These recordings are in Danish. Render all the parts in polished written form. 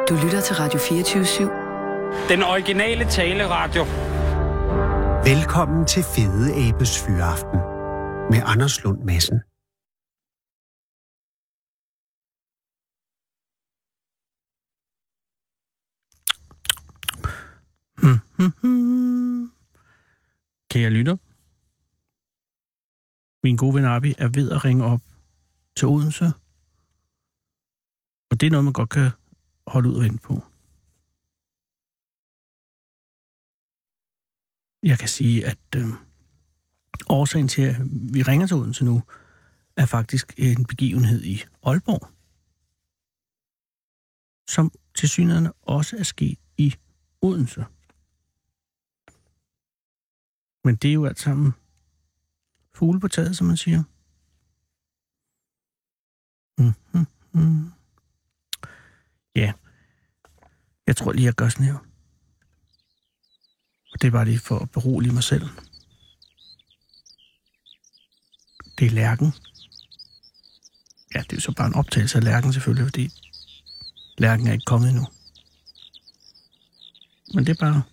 Du lytter til Radio 24/7. Den originale taleradio. Velkommen til Fede Abes Fyraften med Anders Lund Madsen. Kære lytter, min gode ven Arbi er ved at ringe op til Odense. Og det er noget, man godt kan holde ud og vente på. Jeg kan sige, at årsagen til, at vi ringer til Odense nu, er faktisk en begivenhed i Aalborg, som tilsyneladende også er sket i Odense. Men det er jo alt sammen fugle på taget, som man siger. Ja, jeg tror lige, jeg gør sådan her. Og det er bare lige for at berolige mig selv. Det er Lærken. Ja, det er jo så bare en optagelse af Lærken selvfølgelig, fordi Lærken er ikke kommet endnu. Men det er bare...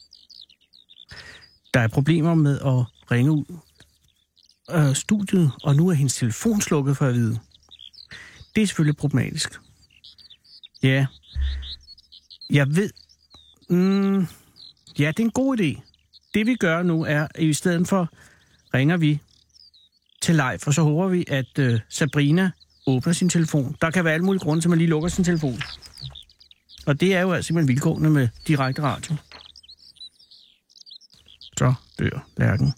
Der er problemer med at ringe ud af studiet, og nu er hendes telefon slukket, for at vide. Det er selvfølgelig problematisk. Ja, jeg ved... Ja, det er en god idé. Det vi gør nu er, at i stedet for ringer vi til live, og så håber vi, at Sabrina åbner sin telefon. Der kan være alle mulige grunde til, at man lige lukker sin telefon. Og det er jo altså simpelthen vilkårene med direkte radio. Så dør Lærken.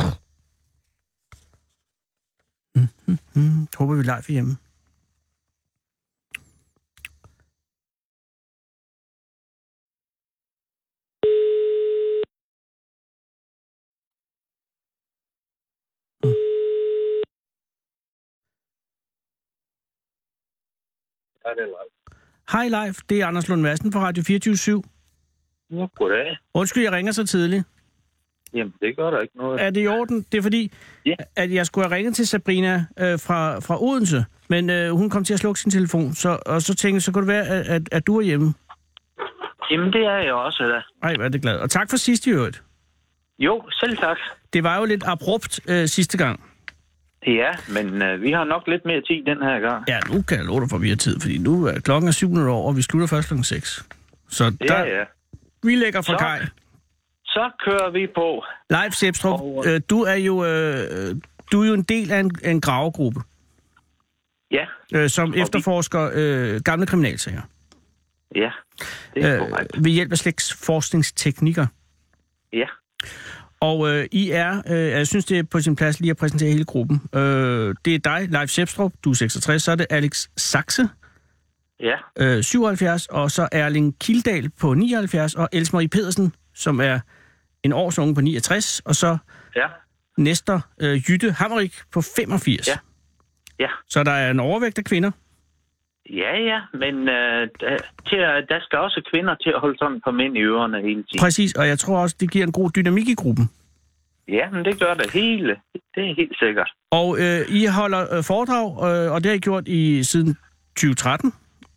Håber vi live hjemme. Hej Leif, det er Anders Lund Madsen fra Radio 24/7. Ja, goddag. Undskyld, jeg ringer så tidligt. Jamen, det gør der ikke noget. Er det i orden? Det er fordi, at jeg skulle have ringet til Sabrina fra Odense, men hun kom til at slukke sin telefon, og så tænkte jeg, så kunne det være, at du er hjemme. Jamen, det er jeg også, da. Ej, hvad er det glad. Og tak for sidst i øvrigt. Jo, selv tak. Det var jo lidt abrupt sidste gang. Ja, men vi har nok lidt mere tid den her gang. Ja, nu kan jeg love dig for, at vi har tid, fordi nu er klokken 7 over, og vi slutter først kl. 6. Så der, ja. Vi lægger fra kaj. Så kører vi på. Leif Sepstrup, du er jo en del af en gravegruppe. Ja. Som efterforsker gamle kriminalsager. Ja, det er korrekt. Ved hjælp af slægtsforskningsteknikker. Ja. Og I er, jeg synes, det er på sin plads lige at præsentere hele gruppen. Det er dig, Leif Sepstrup, du er 66, så er det Alex Saxe, ja. 77, og så Erling Kildal på 79, og Else Marie Pedersen, som er en års unge på 69, og så Nestor Jytte Hammerik på 85. Ja. Ja. Så der er en overvægt af kvinder. Ja, men der skal også kvinder til at holde sådan på mænd i ørerne hele tiden. Præcis, og jeg tror også, det giver en god dynamik i gruppen. Ja, men det gør det hele. Det er helt sikkert. Og I holder foredrag, og det har I gjort siden 2013.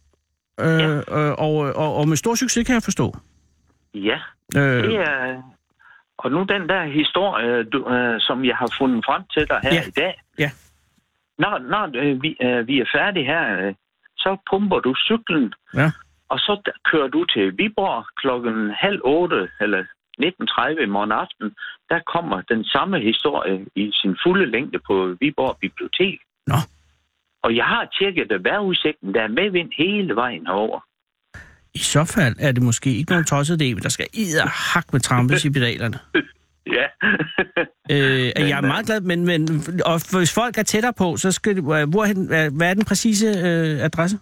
Og med stor succes, kan jeg forstå. Ja, det er... Og nu den der historie, som jeg har fundet frem til dig her i dag. Ja. Når vi er færdige her, så pumper du cyklen, og så kører du til Viborg klokken 7:30 eller 19:30 i morgen aften. Der kommer den samme historie i sin fulde længde på Viborg Bibliotek. Nå. Og jeg har tjekket vejrudsigten, der er medvind hele vejen over. I så fald er det måske ikke nogen tosset idé, men der skal hak med trampes i pedalerne. Ja. Jeg er meget glad, men og hvis folk er tættere på, så skal hvad er den præcise adresse?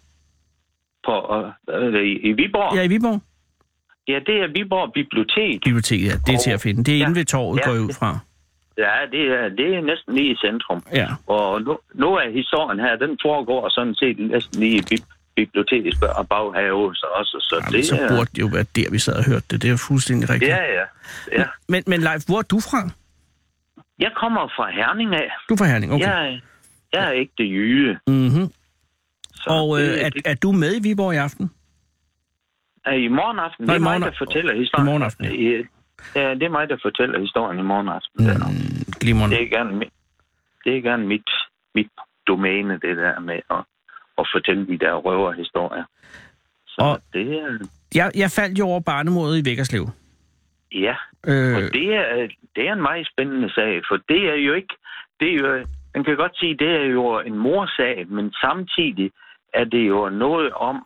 I Viborg? Ja, i Viborg. Ja, det er Viborg Bibliotek. Biblioteket, ja, det er til at finde. Det er inde ved torvet, går jeg ud fra. Ja, det er næsten lige i centrum. Ja. Og nu er historien her, den foregår sådan set næsten lige i bibliotekets baghave. Så burde det jo være der, vi sad og hørte det. Det er jo fuldstændig rigtigt. Ja. Men Leif, hvor er du fra? Jeg kommer fra Herning af. Du er fra Herning, okay. Jeg er ægte jyde. Mhm. Og er du med i Viborg i aften? I morgenaften. Det er mig, der fortæller historien. I morgenaften, ja. Det er mig, der fortæller historien i morgenaften. Glimrende. Det er gerne mit domæne, det der med at fortælle de der røverhistorier. Så og det er... Jeg faldt jo over barnemordet i Vækkerslev. Ja, og det er en meget spændende sag, for det er jo ikke... man kan godt sige, det er jo en morsag, men samtidig er det jo noget om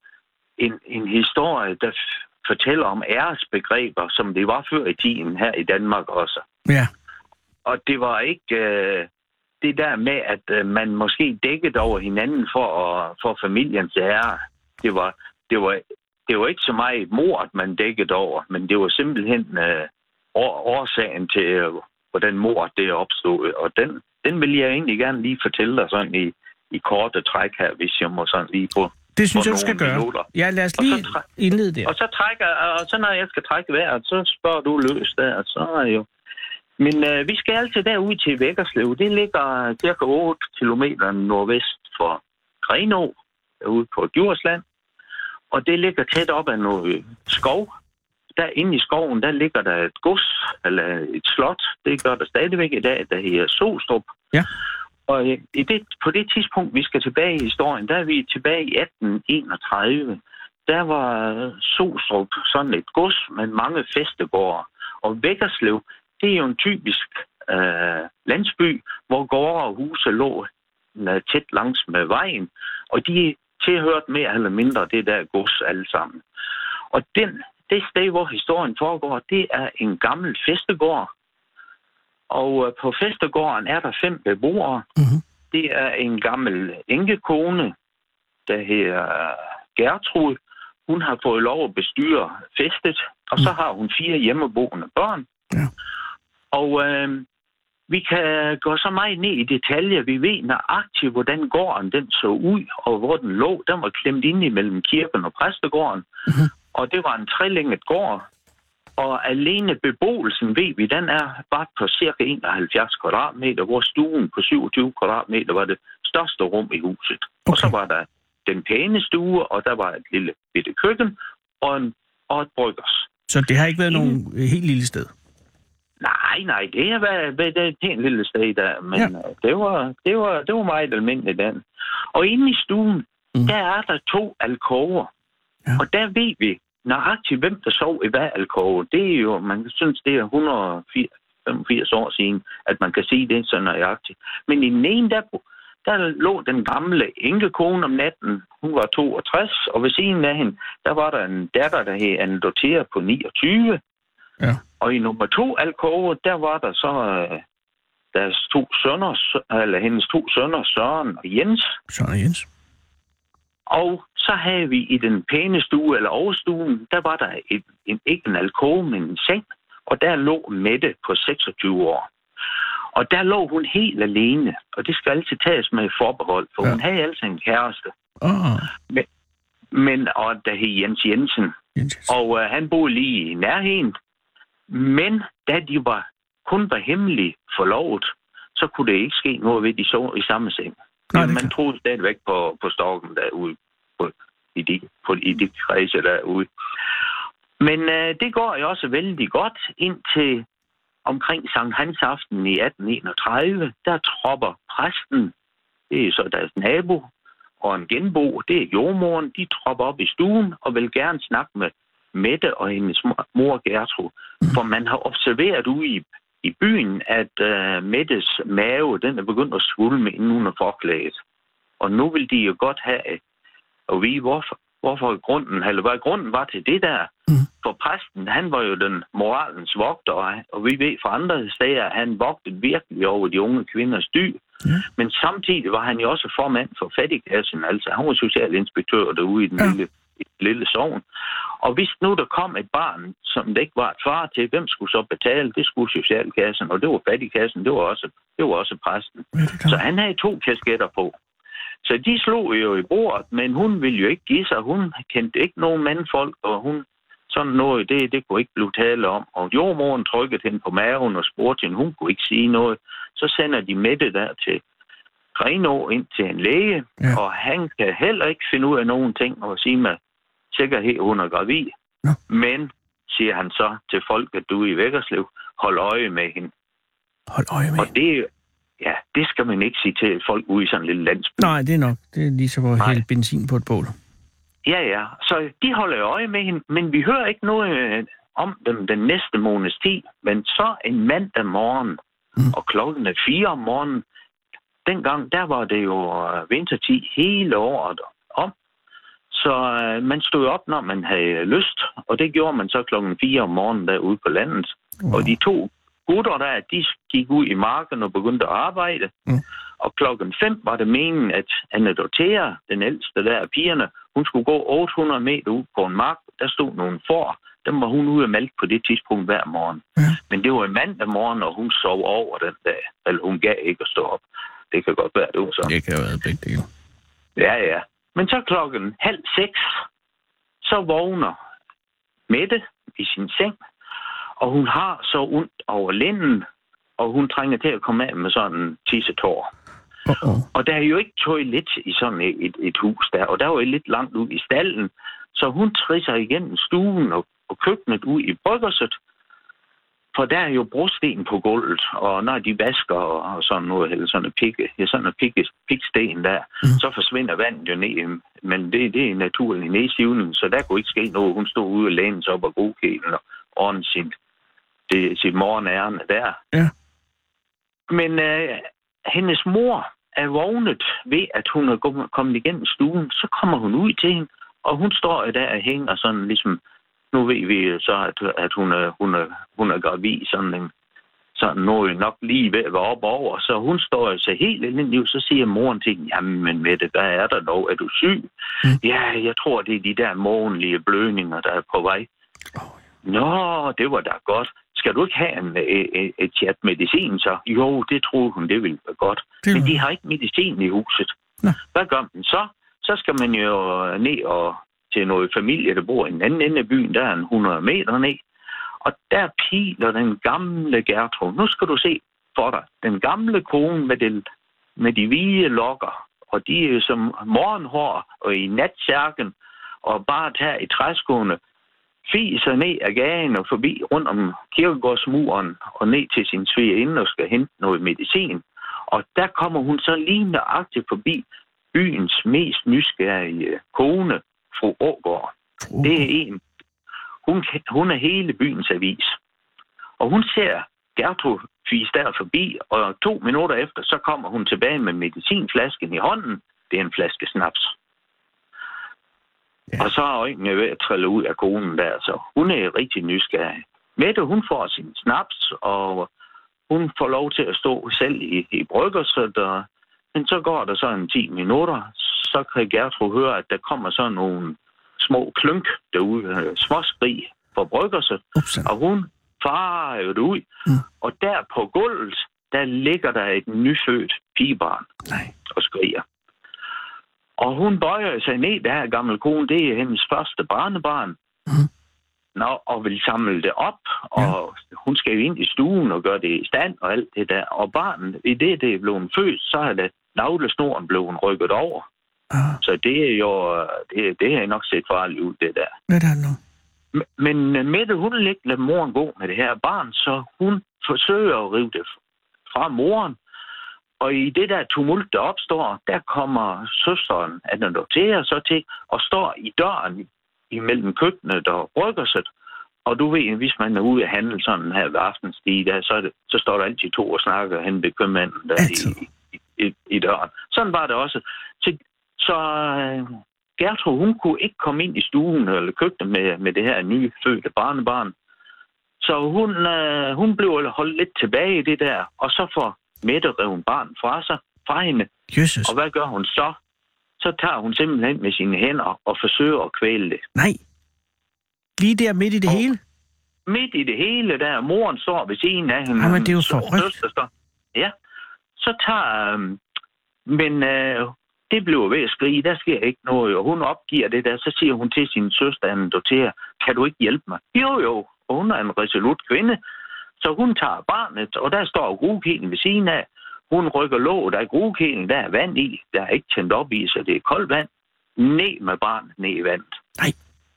en historie, der fortæller om æresbegreber, som det var før i tiden her i Danmark også. Ja. Og det var ikke det der med, at man måske dækkede over hinanden for familiens ære. Det var ikke så meget mordet, man dækkede over, men det var simpelthen årsagen til, hvordan mordet det opstod. Og den vil jeg egentlig gerne lige fortælle dig sådan i korte træk her, hvis jeg må sådan lige på. Det synes jeg, du skal gøre. Ja, lad os lige indlede det. Og så når jeg skal trække vejret, så spørger du løs der, og så er jo... Men vi skal altid derud til Vækkerslev. Det ligger cirka 8 kilometer nordvest for Grenaa, ude på Djursland. Og det ligger tæt op af noget skov. Derinde i skoven, der ligger der et gods, eller et slot. Det gør der stadigvæk i dag, der hedder Sostrup. Ja. Og på det tidspunkt, vi skal tilbage i historien, der er vi tilbage i 1831. Der var Sostrup sådan et gods med mange fæstegårde. Og Vækkerslev, det er jo en typisk landsby, hvor gårde og huse lå tæt langs med vejen. Og de tilhørte mere eller mindre det der gods alle sammen. Og det sted, hvor historien foregår, det er en gammel fæstegård. Og på fæstegården er der 5 beboere. Mm-hmm. Det er en gammel enkekone, der hedder Gertrud. Hun har fået lov at bestyre festet, og så har hun 4 hjemmeboende børn. Ja. Og vi kan gå så meget ned i detaljer. Vi ved nøjagtigt, hvordan gården den så ud, og hvor den lå. Den var klemt inde imellem kirken og præstegården. Mm-hmm. Og det var en 3-længet gård. Og alene beboelsen, ved vi, den er bare på cirka 71 kvadratmeter, hvor stuen på 27 kvadratmeter var det største rum i huset. Okay. Og så var der den pæne stue, og der var et lille bitte køkken og et bryggers. Så det har ikke været nogen helt lille sted? Nej, det har været et helt lille sted der, men ja. Det var meget almindeligt den. Og inde i stuen, der er der 2 alkover, og der ved vi nøjagtigt, hvem der sov i hver alkove. Det er jo, man synes, det er 185 år siden, at man kan sige det så nøjagtigt. Men i den ene, der lå den gamle enkekone om natten. Hun var 62, og ved siden af hende, der var der en datter, der hed Anne Dorthea på 29. Ja. Og i nummer 2 alkove, der var der så deres 2 sønner, eller hendes 2 sønner, Søren og Jens. Søren og Jens. Og så havde vi i den pæne stue, eller overstuen, der var der ikke en alkove, men en seng. Og der lå Mette på 26 år. Og der lå hun helt alene. Og det skal altid tages med forbehold, for hun havde altså en kæreste. Og der hed Jens Jensen. Og han boede lige i nærheden. Men da de kun var hemmeligt forlovet, så kunne det ikke ske noget ved, de så i samme seng. Man troede stadigvæk på storken derude, i de kredse derude. Men det går jo også vældig godt indtil omkring Sankt Hans aften i 1831. Der tropper præsten, det er så deres nabo, og en genbo, det er jordmoren. De tropper op i stuen og vil gerne snakke med Mette og hendes mor Gertrud. For man har observeret ude i byen, at Mettes mave, den er begyndt at svulme inden under forklædet. Og nu vil de jo godt have at vide, hvorfor grunden, eller hvad grunden var til det der. For præsten, han var jo den moralens vogter, og vi ved fra andre steder, at han vogtede virkelig over de unge kvinders dyr. Men samtidig var han jo også formand for fattigkassen, altså han var socialinspektør derude i den lille sogn. Og hvis nu der kom et barn, som det ikke var et far til, hvem skulle så betale? Det skulle socialkassen, og det var fattigkassen, det var også præsten. Så han havde 2 kasketter på. Så de slog jo i bordet, men hun ville jo ikke give sig. Hun kendte ikke nogen mandfolk, og hun sådan noget, det kunne ikke blive tale om. Og jordmoren trykkede hende på maven og spurgte hende, hun kunne ikke sige noget. Så sender de Mette der til Grenaa ind til en læge, og han kan heller ikke finde ud af nogen ting og sige sikkerhed, hun er gravid. Nå. Men, siger han så til folk, at du er i Vækkerslev, hold øje med hende. Hold øje med hende. Og det skal man ikke sige til folk ude i sådan en lille landsby. Nej, det er nok. Det er lige så at hælde benzin på et bål. Ja. Så de holder øje med hende, men vi hører ikke noget om dem den næste måneds tid. Men så en mandag morgen, og klokken er 4 om morgenen, dengang, der var det jo vintertid hele året om. Så man stod op, når man havde lyst, og det gjorde man så klokken 4 om morgenen derude på landet. Wow. Og de 2 gutter der, de gik ud i marken og begyndte at arbejde. Og klokken 5 var det meningen, at Anne Dorthea, den ældste der af pigerne, hun skulle gå 800 meter ud på en mark. Der stod nogle får. Dem var hun ude og malke på det tidspunkt hver morgen. Men det var en mandag morgen, og hun sov over den dag. Eller hun gav ikke at stå op. Det kan godt være, det var sådan. Det kan jo være begge dele. Ja. Men så klokken 5:30, så vågner Mette i sin seng, og hun har så ondt over lænden, og hun trænger til at komme af med sådan en tissetår. Og der er jo ikke toilet i sådan et hus der, og der var jo lidt langt ud i stallen, så hun trisser igennem stuen og køkkenet ud i bryggerset, for der er jo brosten på gulvet, og når de vasker og sådan noget, eller sådan en piksten der, så forsvinder vandet jo ned. Men det er naturlig nedsivning, så der kunne ikke ske noget. Hun stod ude og lænede sig op af godkælen og ordnede sit morgenærende der. Ja. Men hendes mor er vågnet ved, at hun er kommet igennem stuen. Så kommer hun ud til hende, og hun står der og hænger sådan ligesom. Nu ved vi så, at hun er gravid, sådan noget nok lige ved at være op over. Så hun står så helt ind, så siger moren til hende, jamen Mette, hvad er der dog? Er du syg? Ja, jeg tror, det er de der morgenlige blødninger, der er på vej. Nå, det var da godt. Skal du ikke have et chat medicin så? Jo, det troede hun, det ville være godt. Men de har ikke medicin i huset. Hvad gør man så? Så skal man jo ned og til noget familie, der bor i en anden ende af byen, der er 100 meter ned. Og der piler den gamle Gertrud. Nu skal du se for dig. Den gamle kone med de hvide lokker, og de er som morgenhår og i natsærken, og bare tager i træskoene, fiser ned ad gaden og forbi rundt om kirkegårdsmuren og ned til sin svigerinde og skal hente noget medicin. Og der kommer hun så lige nøjagtigt forbi byens mest nysgerrige kone, fru Aagaard. Det er en. Hun er hele byens avis. Og hun ser Gertrud fise der forbi, og 2 minutter efter, så kommer hun tilbage med medicinflasken i hånden. Det er en flaske snaps. Ja. Og så er øjnene ved at trille ud af konen der, så hun er rigtig nysgerrig. Mette, hun får sin snaps, og hun får lov til at stå selv i bryggerset, men så går der så en 10 minutter, så kan Gertrud høre, at der kommer så nogle små klynk derude, småskrig fra bryggerset, og hun farer jo ud, og der på gulvet, der ligger der et nyfødt pigebarn og skriger. Og hun bøjer sig ned, der her gamle kone, det er hendes første barnebarn, og vil samle det op, og hun skal jo ind i stuen og gøre det i stand og alt det der. Og barnet, i det er blevet født, så er det navlesnoren blevet rykket over. Så det er jo, det har nok set farligt ud, det der. Hvad er det nu? Men Mette, hun vil ikke lade moren gå med det her barn, så hun forsøger at rive det fra moren. Og i det der tumult, der opstår, der kommer søsteren Anne Dorthea så til og står i døren imellem køkkenet og bryggerset. Og du ved, hvis man er ude at handle sådan her ved aftenstid, så står der altid 2 og snakker hen ved købmanden der i døren. Sådan var det også. Så Gertrud, hun kunne ikke komme ind i stuen eller køkkenet med det her nye fødte barnebarn. Så hun blev holdt lidt tilbage i det der, og så får Mette revet barn fra hende. Jesus. Og hvad gør hun så? Så tager hun simpelthen med sine hænder og forsøger at kvæle det. Nej. Lige der midt i det hele? Midt i det hele, der moren står ved siden af hende. Jamen, det er jo forrygt. Ja. Så tager... Men det bliver ved at skrige. Der sker ikke noget, og hun opgiver det der. Så siger hun til sin søster, Anne Dorthea, kan du ikke hjælpe mig? Jo. Og hun er en resolut kvinde. Så hun tager barnet, og der står grugekælen ved siden af. Hun rykker låget af grugekælen, der er vand i. Der er ikke tændt op i, så det er koldt vand. Ned med barnet, ned i vandet. Nej.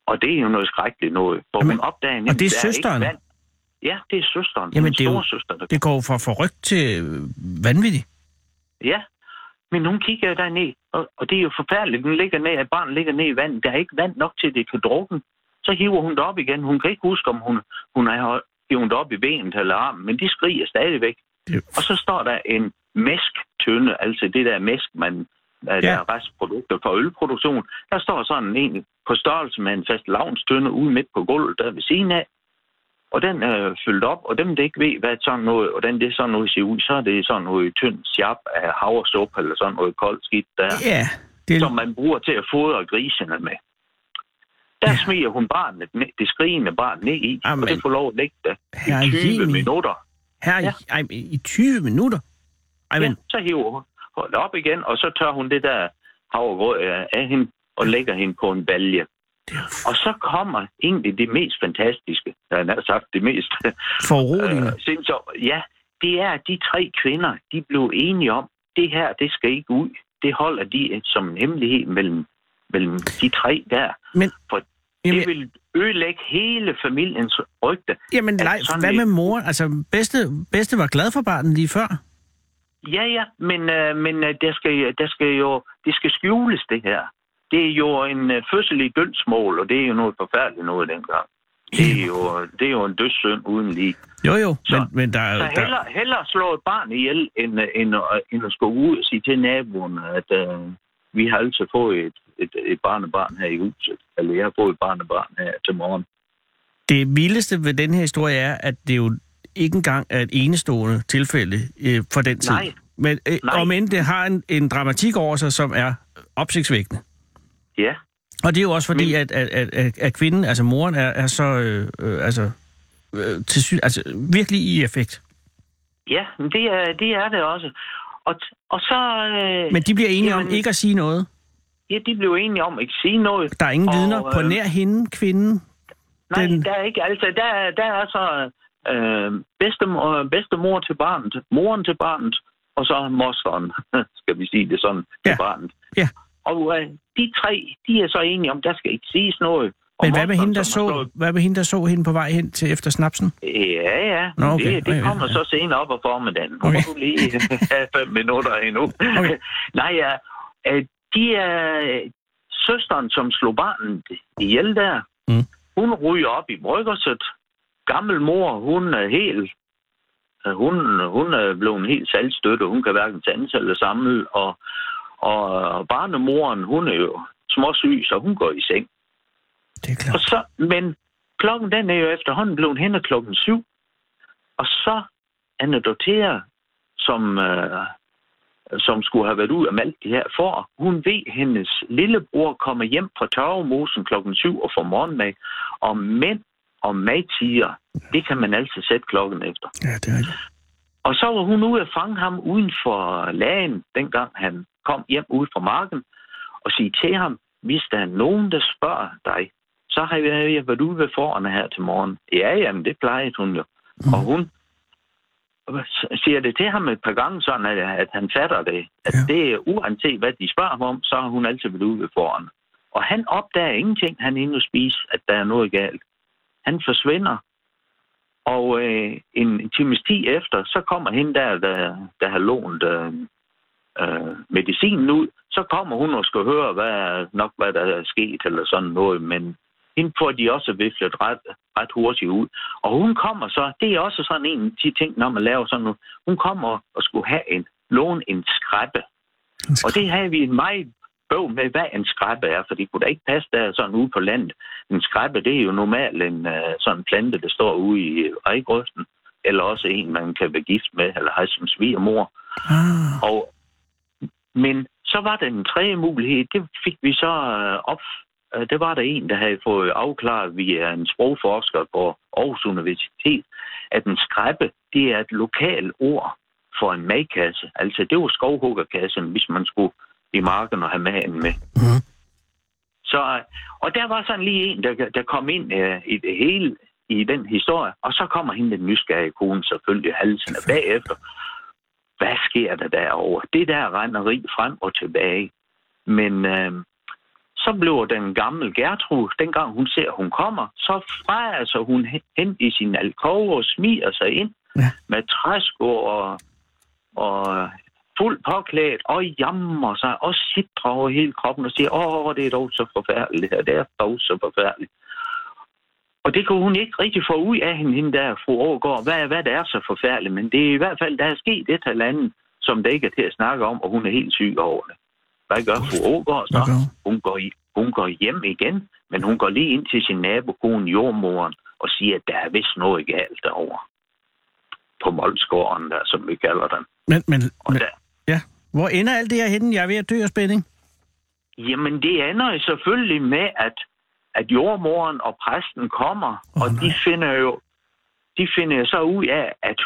Og det er jo noget skrækkeligt noget. For hun opdager nemlig, og det er søsteren? Ja, det er søsteren. Jamen, det er jo, det går fra forrygt til vanvittigt. Ja, men hun kigger derned, og det er jo forfærdeligt. Barnet ligger ned i vandet. Der er ikke vand nok til, det kan drukke. Så hiver hun det op igen. Hun kan ikke huske, om hun har hivet det op i benet eller armen, men de skriger stadigvæk. Og så står der en mæsktønde, altså det der mæsk, der er restprodukter for ølproduktion. Der står sådan en på størrelse med en fast lavnstønde ude midt på gulvet, der ved siden af. Og den er fyldt op, og dem, der ikke ved, hvad sådan noget, og det sådan noget ser ud, så er det sådan noget tynd sjap af havresuppe, eller sådan noget koldt skidt der, som man bruger til at fodre grisene med. Der smiger hun barnet, det skrigende barn ned i, og det får lov at ligge der i 20 minutter. I 20 minutter? Så hiver hun det op igen, og så tør hun det der havregrød af hende, og lægger hende på en balje. Og så kommer egentlig det mest fantastiske, jeg har sagt det mest foruroligende. Det er, at de 3 kvinder, de blev enige om, det her, det skal ikke ud. Det holder de som en hemmelighed mellem de 3 der. For det vil ødelægge hele familiens rygte. Jamen, hvad med mor? Altså, bedste var glad for barnet lige før. Ja, men det skal skjules, det her. Det er jo en fødsel i dødsmål, og det er jo noget forfærdeligt noget dengang. Det er jo en dødssynd uden lige. Jo, men der er... Så hellere slå et barn ihjel, end at skulle ud og sige til naboen, at vi har altid fået et barnebarn her i huset. Eller jeg har fået et barnebarn her til morgen. Det vildeste ved den her historie er, at det jo ikke engang er et enestående tilfælde for den tid. Men om end det har en dramatik over sig, som er opsigtsvækkende. Ja. Og det er jo også fordi, at kvinden, altså moren, er så virkelig i effekt. Ja, det er det også. Og så... Men de bliver enige om ikke at sige noget? Ja, de blev enige om ikke at sige noget. Der er ingen vidner på nær hende, kvinden? Nej, der er ikke. Altså, der er så bedstemor til barnet, moren til barnet, og så mosteren, skal vi sige det sådan, til barnet. Ja. Og de 3, de er så enige om, der skal ikke siges noget. Men hvad med hende, der så hende på vej hen til efter snapsen? Ja. Nå, okay. Det kommer så senere op og formiddagen. Nu må du lige have 5 minutter endnu. Okay. Nej, de er søsteren, som slog barnet ihjel der. Hun ryger op i bryggerset. Gammel mor, hun er helt... Hun er blevet helt salgstøtte. Hun kan hverken tage eller samle, og barnemoren, hun er jo småsyg, så hun går i seng. Det er klart. Men klokken, den er jo efterhånden blevet hen klokken 7. Og så Anne Dorthea, som skulle have været ud og malte de her for, hun ved, hendes lillebror kommer hjem fra Tørvemosen klokken 7 og får morgenmad. Og mænd og madtiger, det kan man altid sætte klokken efter. Ja, det er det. Og så var hun ude at fange ham uden for lagen, dengang han kom hjem ude fra marken, og sige til ham, hvis der er nogen, der spørger dig, så har jeg været ude ved forerne her til morgen. Ja, jamen, det plejede hun jo. Og hun siger det til ham et par gange, sådan at han fatter det. At det er uanset, hvad de spørger ham om, så har hun altid været ude ved forerne. Og han opdager ingenting, han er inde og spise, at der er noget galt. Han forsvinder. Og en times tid efter, så kommer hende der har lånt medicinen ud. Så kommer hun og skal høre, hvad der er sket, eller sådan noget. Men hende får de også viflet ret hurtigt ud. Og hun kommer så, det er også sådan en af de ting, når man laver sådan noget. Hun kommer og skulle låne en skræppe. Og det har vi en meget bøv med, hvad en skræppe er, for det kunne da ikke passe der sådan ude på landet. En skræppe, det er jo normalt en sådan plante, der står ude i ejgrøften, eller også en, man kan være gift med, eller have som svigermor. Men så var der en tredje mulighed, det fik vi så op. Det var der en, der havde fået afklaret via en sprogforsker på Aarhus Universitet, at en skræppe, det er et lokalt ord for en madkasse. Altså, det var skovhuggerkassen, hvis man skulle i marken og have maden med. Så, og der var sådan lige en, der kom ind i det hele, i den historie, og så kommer hende den nysgerrige kone selvfølgelig halsen af bagefter. Hvad sker der derovre? Det der renderi frem og tilbage. Men så bliver den gamle Gertrud, dengang hun ser, hun kommer, så frejer hun hen i sin alkove og smiger sig ind med træsko og fuldt påklædt og jammer sig og sidder over hele kroppen og siger, det er dog så forfærdeligt det her, det er dog så forfærdeligt. Og det kunne hun ikke rigtig få ud af hende der, fru Aagaard, hvad det er så forfærdeligt, men det er i hvert fald, der er sket et eller andet, som det ikke er til at snakke om, og hun er helt syg over det. Hvad gør fru Aagaard så? Hun går hjem igen, men hun går lige ind til sin nabokone, jordmoren, og siger, at der er vist noget galt derovre. På Molsgården, der, som vi kalder den. Men ja. Hvor ender alt det her henne? Jeg er ved at dø af spænding. Jamen, det ender jo selvfølgelig med, at jordmoren og præsten kommer, og de finder så ud af, at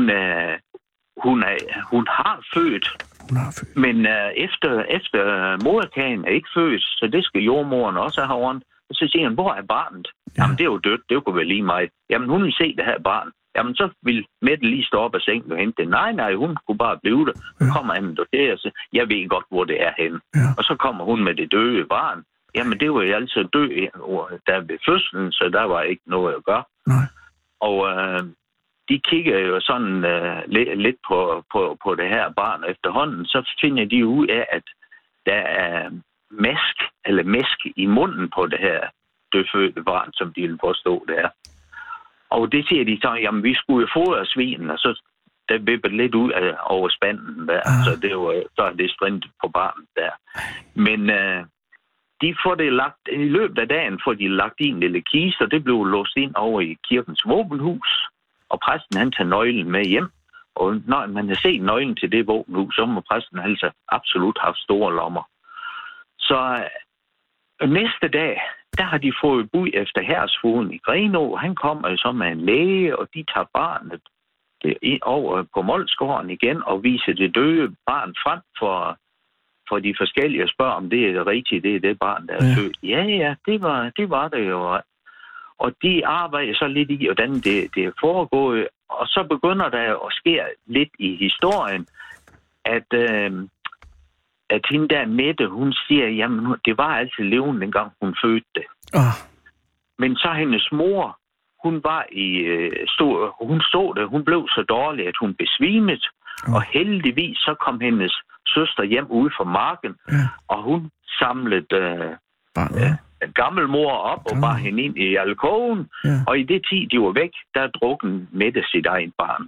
hun har født. Men efter moderkagen er ikke født, så det skal jordmoren også have rundt. Og så siger han, hvor er barnet? Ja. Jamen, det er jo dødt, det kunne være lige mig. Jamen, hun vil se det her barn. Jamen, så vil Mette lige stå op af sengen og hente det. Nej, hun kunne bare blive der. Så kommer han og der og siger, jeg ved godt, hvor det er henne. Ja. Og så kommer hun med det døde barn. Jamen, det var jo altså død der ved fødslen, så der var ikke noget at gøre. Nej. Og de kigger jo sådan lidt på det her barn efterhånden, så finder de ud af, at der er mæsk i munden på det her dødfødte barn, som de vil påstå det er. Og det siger de så, jamen vi skulle jo fodre svinen, og så der vippede lidt ud over spanden der, så er det strindet på barnet der. Men de får det lagt, i løbet af dagen får de lagt i en lille kiste, og det blev låst ind over i kirkens våbenhus. Og præsten han tager nøglen med hjem. Og når man har set nøglen til det våbenhus, så må præsten altså absolut have store lommer. Så næste dag, der har de fået bud efter herresfogeden i Grenaa. Han kommer så med en læge, og de tager barnet over på Molsgården igen og viser det døde barn frem for de forskellige og spørger, om det er rigtigt, det er det barn, der er født. Ja, det var det jo. Og de arbejder så lidt i, hvordan det er foregået. Og så begynder der at ske lidt i historien, at hende der Mette, hun siger, jamen det var altid levende, dengang hun fødte det. Men så hendes mor, hun stod der, hun blev så dårlig, at hun besvimede. Og heldigvis så kom hendes søster hjem ude fra marken, og hun samlede en gammel mor op og bar hende ind i alkoven, og i det tid, de var væk, der druknede Mette sit eget barn.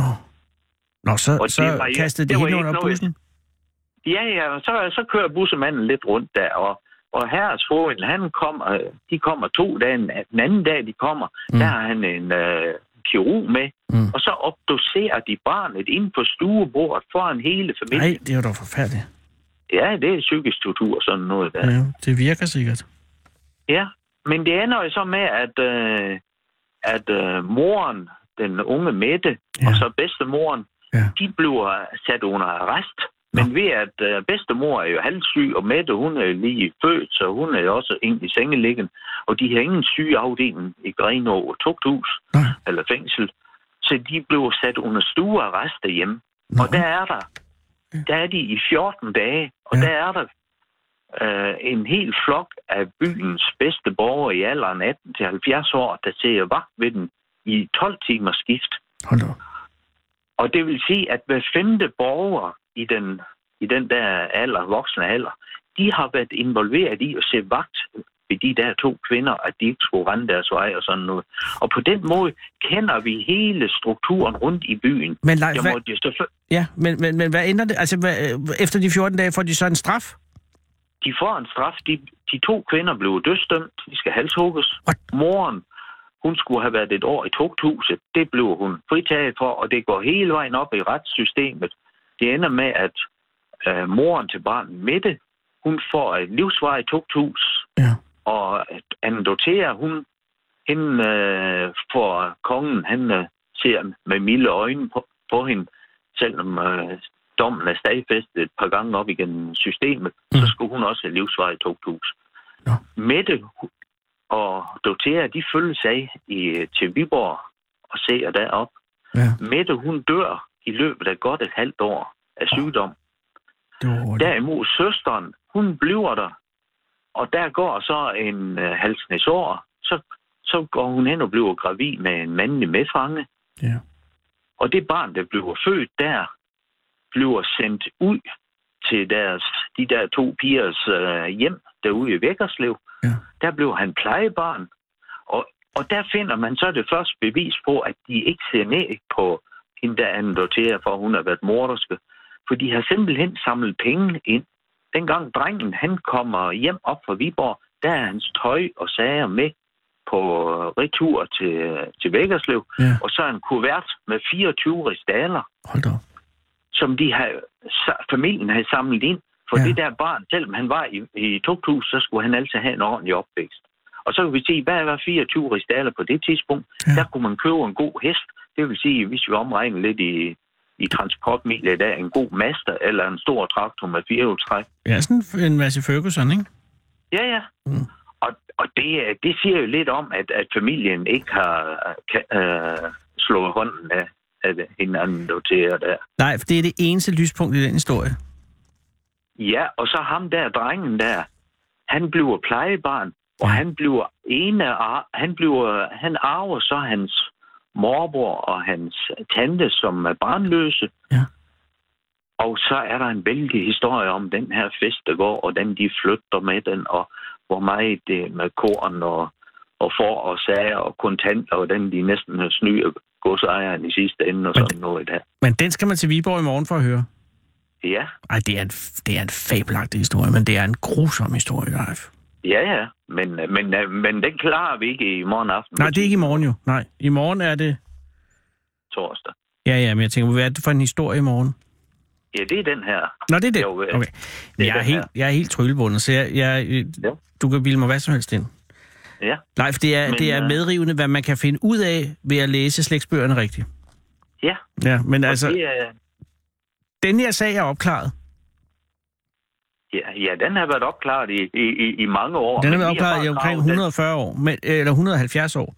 Så kastede de hende under bussen? Ja, så kører bussemanden lidt rundt der, og herresfogeden, de kommer 2 dage, den anden dag, de kommer, der har han en kirurg med, og så obducerer de barnet inde på stuebordet foran hele familien. Nej, det er jo da forfærdeligt. Ja, det er psykisk tortur og sådan noget der. Ja, det virker sikkert. Ja, men det ender jo så med, at moren, den unge Mette, og så bedstemoren, de bliver sat under arrest. Men ved at bedstemor er jo halvsyg, og Mette, hun er lige født, så hun er jo også ind i sengeliggen. Og de har ingen sygeafdeling i Grenaa tugthus eller fængsel. Så de blev sat under stuearrest derhjemme. Og der er de i 14 dage, og der er der en hel flok af byens bedste borgere i alderen 18 til 70 år, der ser vagt ved den i 12 timers skift. Og det vil sige, at hver 5. borger i den der voksne alder, de har været involveret i at se vagt ved de der 2 kvinder, at de ikke skulle rende deres vej og sådan noget. Og på den måde kender vi hele strukturen rundt i byen. Men men hvad ender det? Altså, efter de 14 dage får de så en straf? De får en straf. De 2 kvinder blev dødsdømt. De skal halshugges. Moren, hun skulle have været 1 år i tugthuset. Det blev hun fritaget for, og det går hele vejen op i retssystemet. Det ender med, at moren til barnet Mette, hun får et livsvarigt tugthus. Ja. Og annoterer hende for kongen, han ser med milde øjne på hende, selvom dommen er stadfæstet et par gange op igennem systemet, så skulle hun også have livsvarigt tugthus. Ja. Mette og Dorothea, de følges af til Viborg og ser derop. Ja. Mette, hun dør i løbet af godt et halvt år af sygdom. Derimod søsteren, hun bliver der Og der går så en halsnæs år, så går hun hen og bliver gravid med en mandlig medfange. Ja. Og det barn, der bliver født der, bliver sendt ud til de der 2 pigers hjem derude i Vækkerslev. Ja. Der blev han plejebarn. Og der finder man så det første bevis på, at de ikke ser ned på hende, der Anne Dorthea, for hun har været morderske. For de har simpelthen samlet penge ind. Dengang drengen, han kommer hjem op fra Viborg, der er hans tøj og sager med på retur til Vækkerslev. Ja. Og så en kuvert med 24 rigsdaler. Hold da. Som familien havde samlet ind. For det der barn, selvom han var i tugthus, så skulle han altså have en ordentlig opvækst. Og så kan vi se, hvad var 24 rigsdaler på det tidspunkt? Ja. Der kunne man købe en god hest. Det vil sige, hvis vi omregner lidt i transportmidler i dag, en god Master eller en stor traktor med 4-hjulstræk. Ja, sådan en Massey Ferguson, ikke? Ja. Mm. Og det siger jo lidt om, at familien ikke har slået hånden af hinanden til der. Nej, for det er det eneste lyspunkt i den historie. Ja, og så ham der, drengen der, han bliver plejebarn, og han arver så hans morbror og hans tante, som er barnløse. Ja. Og så er der en vældig historie om den her fest, der går, og den de flytter med den, og hvor meget det med korn og får og sager og kontanter, og den de næsten snyder godsejeren i sidste ende og sådan noget der. Men den skal man til Viborg i morgen for at høre? Ja. Ej, det er en fabelagtig historie, men det er en grusom historie, Leif. Ja, men den klarer vi ikke i morgen aften. Nej, det er ikke i morgen jo. Nej, i morgen er det... Torsdag. Ja, men jeg tænker, hvad er det for en historie i morgen? Ja, det er den her. Nå, det er det? Okay. Jeg er helt tryllebundet, så du kan bilde mig hvad som helst ind. Ja. Leif, det er medrivende, hvad man kan finde ud af ved at læse slægtsbøgerne rigtigt. Ja. Ja, men altså... Den her sag er opklaret. Ja, den har været opklaret i mange år. Den har været opklaret i omkring 140 år, eller 170 år.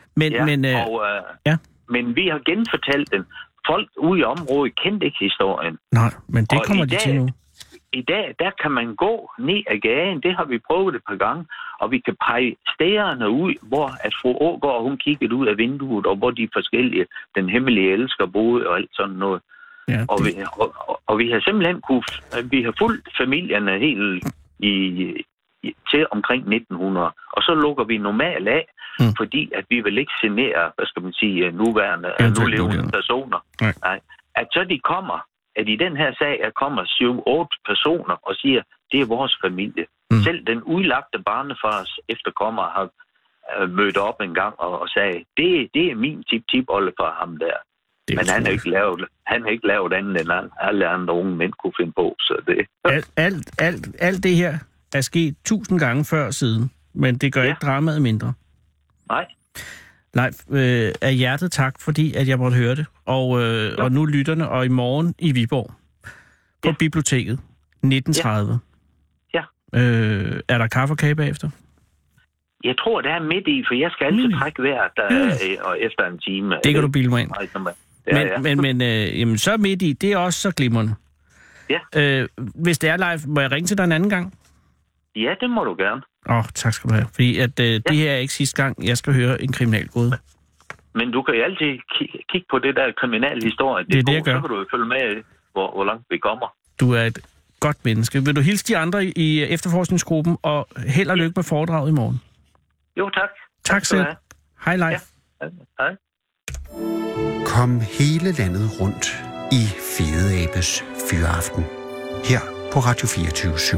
Men vi har genfortalt den. Folk ude i området kendte ikke historien. Nej, men det kommer de til nu. I dag, der kan man gå ned ad gaden. Det har vi prøvet et par gange. Og vi kan pege stederne ud, hvor at fru Ågaard, hun kiggede ud af vinduet, og hvor de forskellige, den hemmelige elsker, boede og alt sådan noget. Ja, og vi har simpelthen vi har fulgt familierne helt til omkring 1900. Og så lukker vi normalt af, fordi at vi vil ikke genere, hvad skal man sige, nulevende personer. Nej. At så de kommer, at i den her sag kommer 7-8 personer og siger, det er vores familie. Selv den udlagte barnefars efterkommer har mødt op en gang og sagde, det er min tip-tip-oldefar ham der. Men han har ikke lavet andet, end alle andre unge mænd kunne finde på. Så det. Alt det her er sket 1000 gange før siden, men det gør ikke dramaet mindre. Nej. Leif, af hjertet tak, fordi at jeg måtte høre det. Og nu lytterne, og i morgen i Viborg på biblioteket 1930. Ja. Er der kaffe og kage bagefter? Jeg tror, det er midt i, for jeg skal altid trække vejret og efter en time. Det kan du bilde mig ind. Men så midt i, det er også så glimrende. Ja. Hvis det er, Leif, må jeg ringe til dig en anden gang? Ja, det må du gerne. Tak skal du have. Fordi at, det her er ikke sidste gang, jeg skal høre en kriminalgåde. Men du kan jo altid kigge på det der kriminalhistorie. Det er det, jeg gør. Så kan du jo følge med, hvor langt vi kommer. Du er et godt menneske. Vil du hilse de andre i efterforskningsgruppen, og held og lykke med foredraget i morgen? Jo, tak. Tak selv. Hej, Leif. Ja. Hej. Kom hele landet rundt i Fede Abes Fyraften. Her på Radio 24/7.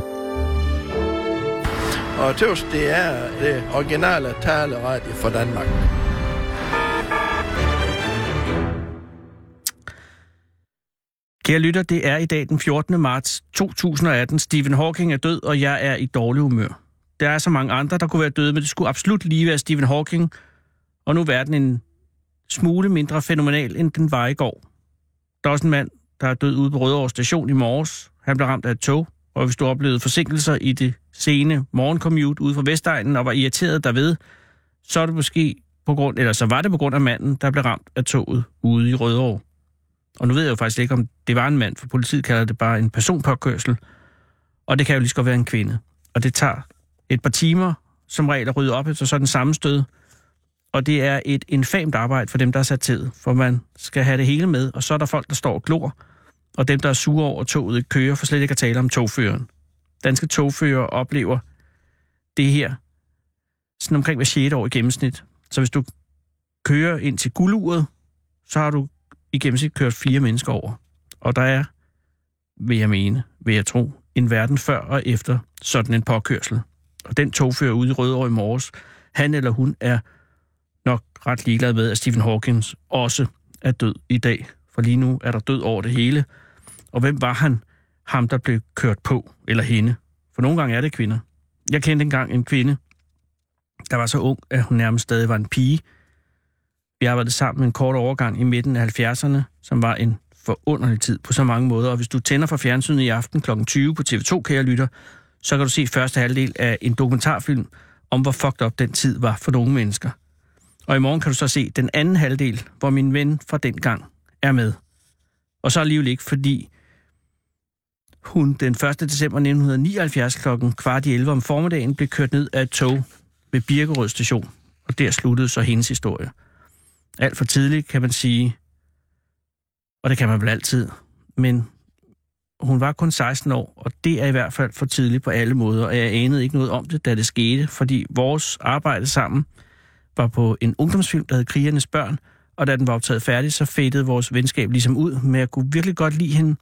Og tøvs, det er det originale taleradio for Danmark. Kære lytter, det er i dag den 14. marts 2018. Stephen Hawking er død, og jeg er i dårlig humør. Der er så mange andre, der kunne være døde, men det skulle absolut lige være Stephen Hawking. Og nu er verden en smule mindre fænomenal, end den var i går. Der er også en mand, der er død ude på Rødovre Station i morges. Han blev ramt af et tog, og hvis du oplevede forsinkelser i det sene morgencommute ude fra Vestegnen og var irriteret derved, så er det måske så var det på grund af manden, der blev ramt af toget ude i Rødovre. Og nu ved jeg jo faktisk ikke, om det var en mand, for politiet kalder det bare en personpåkørsel. Og det kan jo lige så godt være en kvinde. Og det tager et par timer, som regel at rydde op efter sådan en sammenstød. Og det er et infamt arbejde for dem, der er sat til. For man skal have det hele med, og så er der folk, der står og glor. Og dem, der er sure over toget ikke kører, for slet ikke at tale om togføreren. Danske togfører oplever det her sådan omkring hver 6. år i gennemsnit. Så hvis du kører ind til gulduret, så har du i gennemsnit kørt 4 mennesker over. Og der er, vil jeg tro, en verden før og efter sådan en påkørsel. Og den togfører ude i Rødovre i morges, han eller hun er nok ret ligeglad med, at Stephen Hawking også er død i dag. For lige nu er der død over det hele. Og hvem var han? Ham, der blev kørt på, eller hende. For nogle gange er det kvinder. Jeg kendte engang en kvinde, der var så ung, at hun nærmest stadig var en pige. Vi arbejdede sammen med en kort overgang i midten af 70'erne, som var en forunderlig tid på så mange måder. Og hvis du tænder for fjernsynet i aften kl. 20 på TV2, kære lytter, så kan du se første halvdel af en dokumentarfilm om, hvor fucked up den tid var for nogle mennesker. Og i morgen kan du så se den anden halvdel, hvor min ven fra dengang er med. Og så alligevel ikke, fordi hun den 1. december 1979 kl. 10:15 om formiddagen blev kørt ned af et tog ved Birkerød station. Og der sluttede så hendes historie. Alt for tidligt, kan man sige. Og det kan man vel altid. Men hun var kun 16 år, og det er i hvert fald for tidligt på alle måder. Og jeg anede ikke noget om det, da det skete, fordi vores arbejde sammen var på en ungdomsfilm, der hed Krigernes Børn, og da den var optaget færdig, så fadede vores venskab ligesom ud, men jeg kunne virkelig godt lide hende.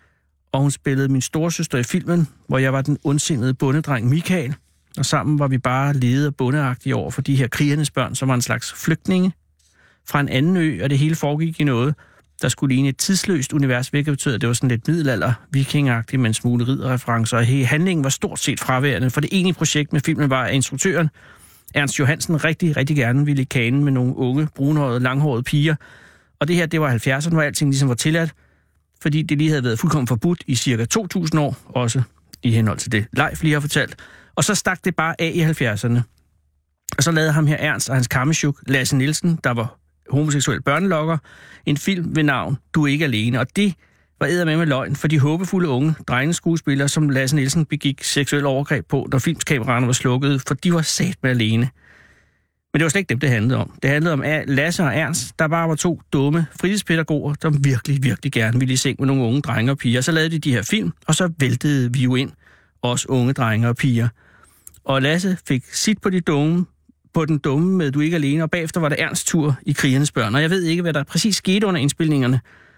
Og hun spillede min storesøster i filmen, hvor jeg var den ondsindede bondedreng Michael, og sammen var vi bare lede og bondeagtige over for de her Krigernes Børn, som var en slags flygtninge fra en anden ø, og det hele foregik i noget, der skulle ligne et tidsløst univers, hvilket betød, at det var sådan lidt middelalder, vikingagtigt, med en smule ridderreferencer, og handlingen var stort set fraværende, for det egentlige projekt med filmen var, at instruktøren Ernst Johansen rigtig, rigtig gerne ville i kanen med nogle unge, brunhårede, langhårede piger. Og det her, det var 70'erne, hvor alting ligesom var tilladt, fordi det lige havde været fuldkommen forbudt i cirka 2000 år, også i henhold til det Leif lige har fortalt. Og så stak det bare af i 70'erne. Og så lavede ham her Ernst og hans kammerchuk, Lasse Nielsen, der var homoseksuel børnelokker, en film ved navn Du er ikke alene. Og det var eddermame med løgn for de håbefulde unge drengeskuespillere, som Lasse Nielsen begik seksuel overgreb på, når filmkameraerne var slukket, for de var satme alene. Men det var slet ikke dem, det handlede om. Det handlede om Lasse og Ernst, der bare var 2 dumme fritidspædagoger, der virkelig, virkelig gerne ville i seng med nogle unge drenge og piger. Så lavede de her film, og så væltede vi jo ind, os unge drenge og piger. Og Lasse fik sit på den dumme med Du er ikke alene, og bagefter var det Ernsts tur i Krigernes Børn. Og jeg ved ikke, hvad der præcis skete under indspilningerne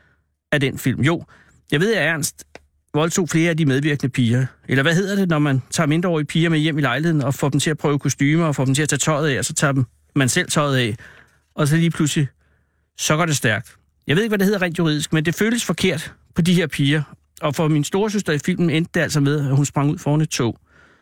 af den film. Jo, jeg ved, at Ernst voldtog flere af de medvirkende piger. Eller hvad hedder det, når man tager mindreårige piger med hjem i lejligheden og får dem til at prøve kostymer og får dem til at tage tøjet af, og så tager man selv tøjet af. Og så lige pludselig, så går det stærkt. Jeg ved ikke, hvad det hedder rent juridisk, men det føles forkert på de her piger. Og for min storesøster i filmen endte det altså med, at hun sprang ud foran et tog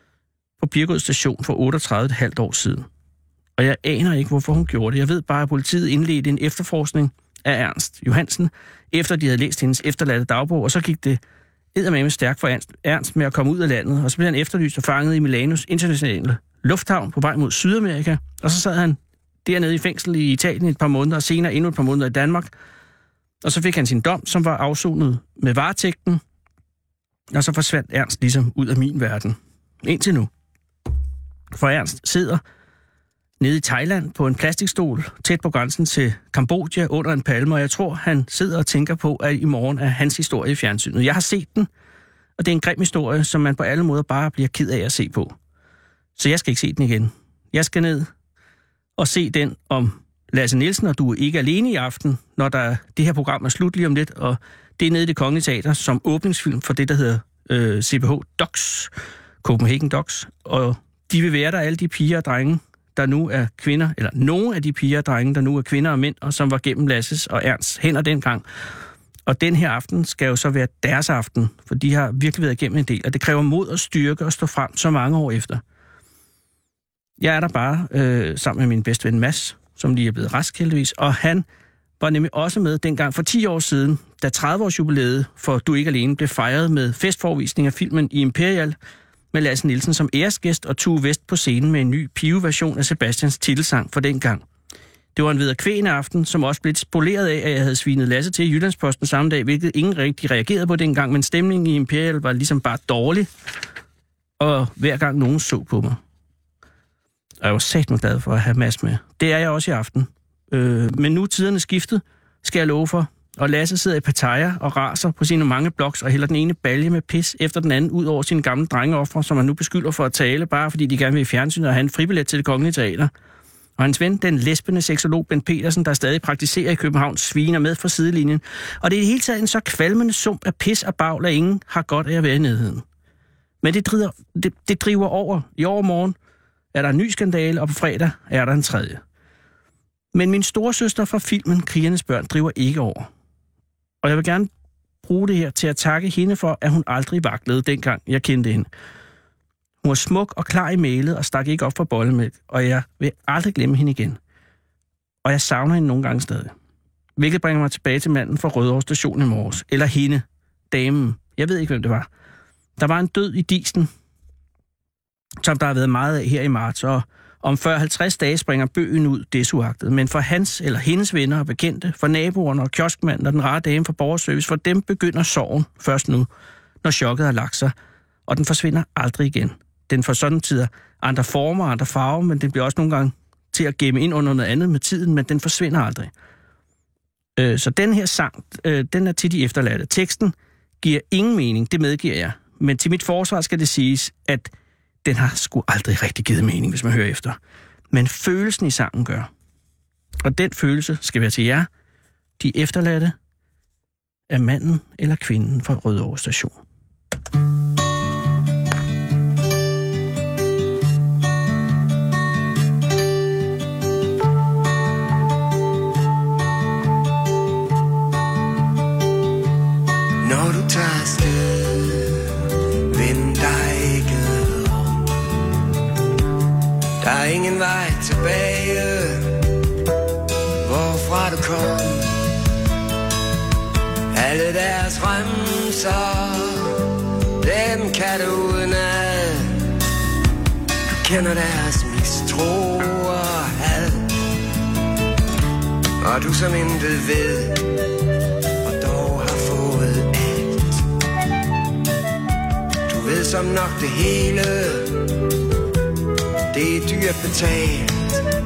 på Birkerød station for 38,5 år siden. Og jeg aner ikke, hvorfor hun gjorde det. Jeg ved bare, at politiet indledte en efterforskning af Ernst Johansen, efter de havde læst hendes efterladte dagbog, og så gik det eddermame stærkt for Ernst med at komme ud af landet, og så blev han efterlyst og fanget i Milanos internationale lufthavn på vej mod Sydamerika, og så sad han dernede i fængsel i Italien et par måneder, og senere endnu et par måneder i Danmark, og så fik han sin dom, som var afsonet med varetægten, og så forsvandt Ernst ligesom ud af min verden. Indtil nu. For Ernst sidder nede i Thailand på en plastikstol, tæt på grænsen til Kambodja, under en palme, og jeg tror, han sidder og tænker på, at i morgen er hans historie i fjernsynet. Jeg har set den, og det er en grim historie, som man på alle måder bare bliver ked af at se på. Så jeg skal ikke se den igen. Jeg skal ned og se den om Lasse Nielsen, og Du er ikke alene i aften, når det her program er slut lige om lidt, og det er nede i Det Kongelige Teater som åbningsfilm for det, der hedder CPH Docs, Copenhagen Docs, og de vil være der, alle de piger og drenge, der nu er kvinder, eller nogle af de piger og drenge, der nu er kvinder og mænd, og som var gennem Lasses og Ernsts hænder dengang. Og den her aften skal jo så være deres aften, for de har virkelig været igennem en del, og det kræver mod og styrke at stå frem så mange år efter. Jeg er der bare sammen med min bedste ven Mads, som lige er blevet rask heldigvis, og han var nemlig også med dengang for 10 år siden, da 30-års jubilæet for Du er ikke alene blev fejret med festforvisning af filmen i Imperial, med Lasse Nielsen som æresgæst og Tue West på scenen med en ny piveversion af Sebastians titelsang for dengang. Det var en vederkvægende aften, som også blev spoleret af, at jeg havde svinet Lasse til i Jyllandsposten samme dag, hvilket ingen rigtig reagerede på dengang, men stemningen i Imperial var ligesom bare dårlig, og hver gang nogen så på mig. Og jeg var satme glad for at have Mads med. Det er jeg også i aften. Men nu er tiderne skiftet, skal jeg love for. Og Lasse sidder i Pattaya og raser på sine mange blogs og hælder den ene balje med pis efter den anden ud over sine gamle drengeofre, som han nu beskylder for at tale, bare fordi de gerne vil i fjernsynet og have en fribillet til Det Kongelige Teater. Og hans ven, den lesbende seksolog Bent Petersen, der stadig praktiserer i København, sviner med fra sidelinjen. Og det er i det hele taget en så kvalmende sump af pis og bagl, at ingen har godt af at være i nærheden. Men det driver over. I overmorgen er der en ny skandale, og på fredag er der en tredje. Men min storesøster fra filmen Krigernes Børn driver ikke over. Og jeg vil gerne bruge det her til at takke hende for, at hun aldrig vaklede, dengang jeg kendte hende. Hun var smuk og klar i mailet og stak ikke op for bollemælk, og jeg vil aldrig glemme hende igen. Og jeg savner hende nogle gange stadig. Hvilket bringer mig tilbage til manden fra Rødovre Station i morges. Eller hende, damen. Jeg ved ikke, hvem det var. Der var en død i Disen, som der har været meget af her i marts, og om 40-50 dage springer bøgen ud desuagtet. Men for hans eller hendes venner og bekendte, for naboerne og kioskmanden og den rare dame fra borgerservice, for dem begynder sorgen først nu, når chokket har lagt sig, og den forsvinder aldrig igen. Den får sådan tider andre former og andre farver, men den bliver også nogle gange til at gemme ind under noget andet med tiden, men den forsvinder aldrig. Så den her sang, den er til de efterladte. Teksten giver ingen mening, det medgiver jeg. Men til mit forsvar skal det siges, at den har sgu aldrig rigtig givet mening, hvis man hører efter. Men følelsen i sangen gør. Og den følelse skal være til jer, de efterladte, af manden eller kvinden fra Rødovre Station. Når du tager afsted, vend dig ikke om. Der er ingen vej tilbage, hvorfra du kom. Alle deres remser, dem kan du udenad. Du kender deres mistro og had, og du som intet ved, og dog har fået alt. Du ved som nok det hele, det er dyrt betalt.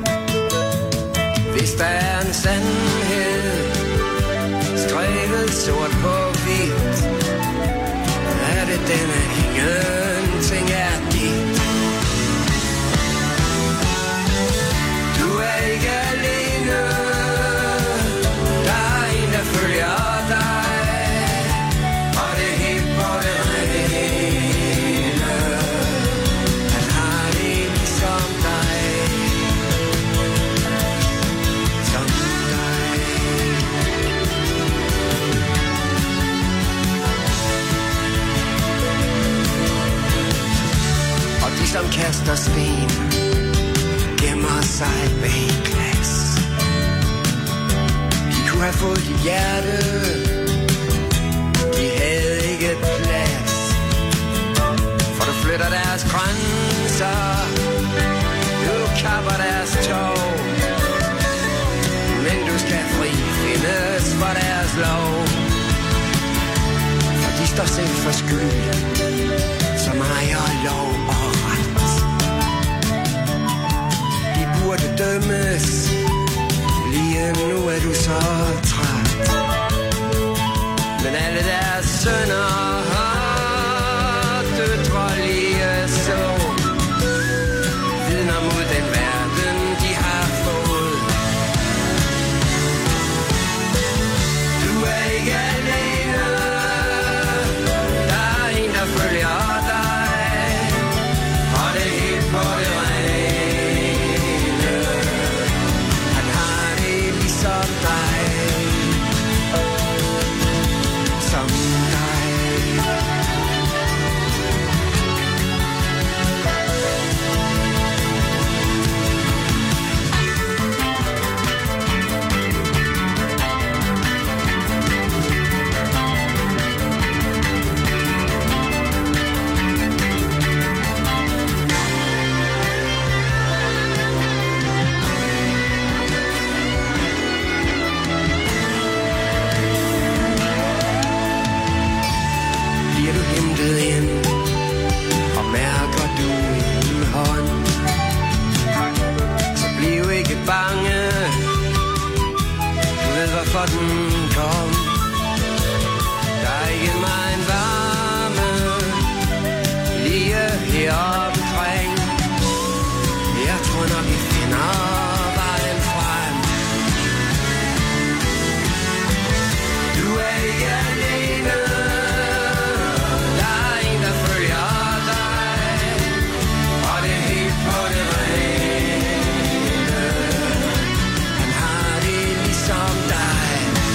Hvis der er en sandhed skrevet sort på hvidt, er det den, at ingenting er dit. Du er ikke alene, der er en, der følger dig, og det er helt på det rene. Han har det ligesom dig, som dig. Og de som kaster sten gemmer sig bag glas. De kunne have fået dit hjerte, de havde ikke plads. For du flytter deres grænser, du kapper deres tog, men du skal fri findes for deres lov. For de står selv for skyld, som ejer lov og ret. De burde dømmes, lige nu er du så træt. Men alle deres sønner har døtre lige så, vidner mod den verden, de har fået. Du er ikke alene, der er en, der følger dig, og det er helt på det rene. Han har det ligesom dig, som dig. hvorfor den kom. Der er ikke meget varme lige heroppe omkring. Jeg tror nok vi finder vejen frem. Du er ikke alene. Der er en, der følger dig. Og det er helt på det rene. Han har det ligesom dig.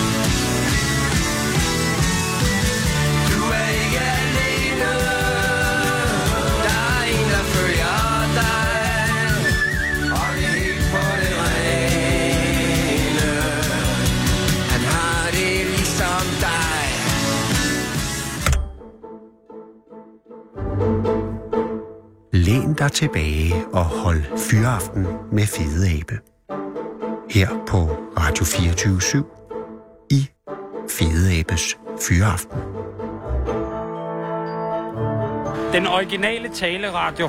Du er ikke alene. Der er en, der følger dig. Og det er helt på det rene. Han har det ligesom dig. Læn dig tilbage og hold fyraften med Fede Abe. Her på Radio 24/7 i Fede Abes Fyraften. Den originale taleradio.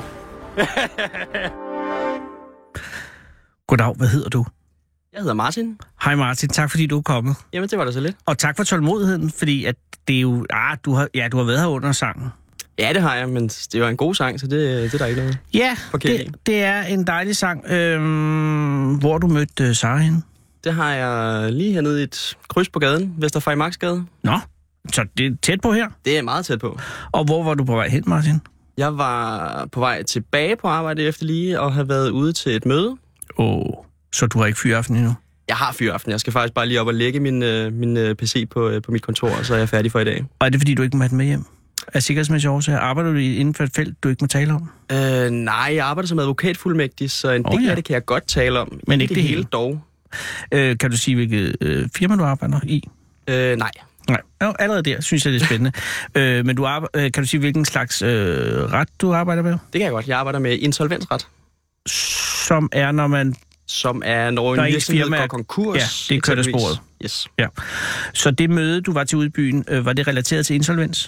Goddag, hvad hedder du? Jeg hedder Martin. Hej Martin, tak fordi du er kommet. Jamen, det var da så lidt. Og tak for tålmodigheden, fordi at det er jo... du har været her under sangen. Ja, det har jeg, men det var en god sang, så det er der ikke noget. Ja, forkert i. det er en dejlig sang. Hvor du mødte Sara henne? Det har jeg lige hernede i et kryds på gaden, Vester Frederiksmarksgade. Nå, så det er tæt på her? Det er meget tæt på. Og hvor var du på vej hen, Martin? Jeg var på vej tilbage på arbejde efter lige og have været ude til et møde. Så du har ikke fyraften endnu? Jeg har fyraften. Jeg skal faktisk bare lige op og lægge min PC på mit kontor, og så er jeg færdig for i dag. Og er det fordi, du ikke må have den med hjem? Af sikkerhedsmæssige årsager. Arbejder du inden for et felt, du ikke må tale om? Nej, jeg arbejder som advokatfuldmægtig, så en del af det kan jeg godt tale om. Men ikke det hele dog. Kan du sige, hvilket firma du arbejder i? Nej. Allerede der synes jeg, det er spændende. Men kan du sige, hvilken slags ret du arbejder med? Det kan jeg godt. Jeg arbejder med insolvensret. Som er, når en virksomhed går konkurs. Ja, det kører sporet. Yes. Ja. Så det møde, du var til ude i byen, var det relateret til insolvens?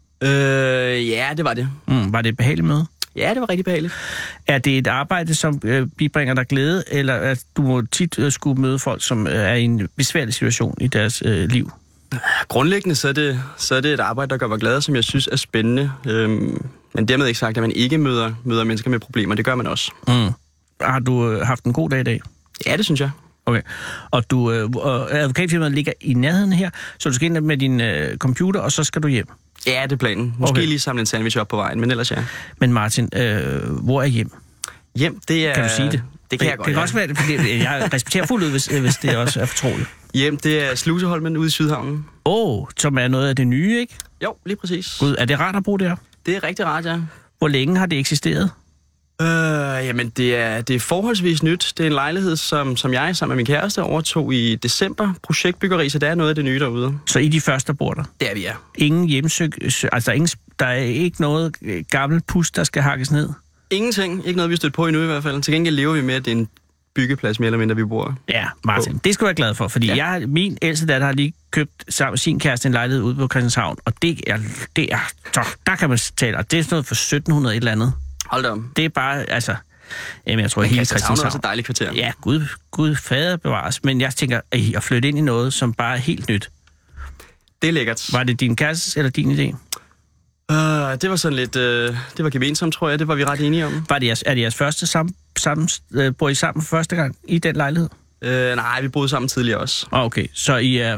Ja, det var det. Var det et behageligt møde? Ja, det var rigtig behageligt. Er det et arbejde, som bibringer dig glæde, eller at du må tit skulle møde folk, som er i en besværlig situation i deres liv? Grundlæggende så er det et arbejde, der gør mig glad, som jeg synes er spændende. Men dermed ikke sagt, at man ikke møder mennesker med problemer. Det gør man også. Har du haft en god dag i dag? Ja, det synes jeg. Okay. Og advokatfirmaet ligger i nærheden her, så du skal ind med din computer, og så skal du hjem? Ja, det er planen. Måske lige samle en sandwich op på vejen, men ellers ja. Men Martin, hvor er hjem? Hjem, det er... Kan du sige det? Det kan jeg godt, det kan også være, fordi jeg respekterer fuldt ud, hvis det også er fortroligt. Hjem, det er Sluseholmen ude i Sydhavnen. Som er noget af det nye, ikke? Jo, lige præcis. Gud, er det rart at bo der? Det er rigtig rart, ja. Hvor længe har det eksisteret? Jamen, det er forholdsvis nyt. Det er en lejlighed, som jeg sammen med min kæreste overtog i december. Projektbyggeri, så det er noget af det nye derude. Så I de første, der bor der? Det er vi, ja. Ingen altså der er ikke noget gammelt pus, der skal hakkes ned? Ingenting. Ikke noget, vi stødt på endnu i hvert fald. Til gengæld lever vi med, at det er en byggeplads mere eller mindre, vi bor. Ja, Martin, det skal du være glad for, fordi min ældste datter har lige købt sammen med sin kæreste en lejlighed ude på Christianshavn, og det er der kan man tale, og det er sådan noget for 1700 et eller andet. Hold da om. Det er bare, jamen jeg tror hele Christianshavn er også et dejligt kvarter. Ja, Gud fader bevares, men jeg tænker, at flytte ind i noget, som bare er helt nyt. Det er lækkert. Var det din kærestes eller din idé? Det var sådan lidt, det var gemensomt, tror jeg, det var vi ret enige om. Er det jeres første bor I sammen for første gang i den lejlighed? Nej, vi boede sammen tidligere også. Okay, så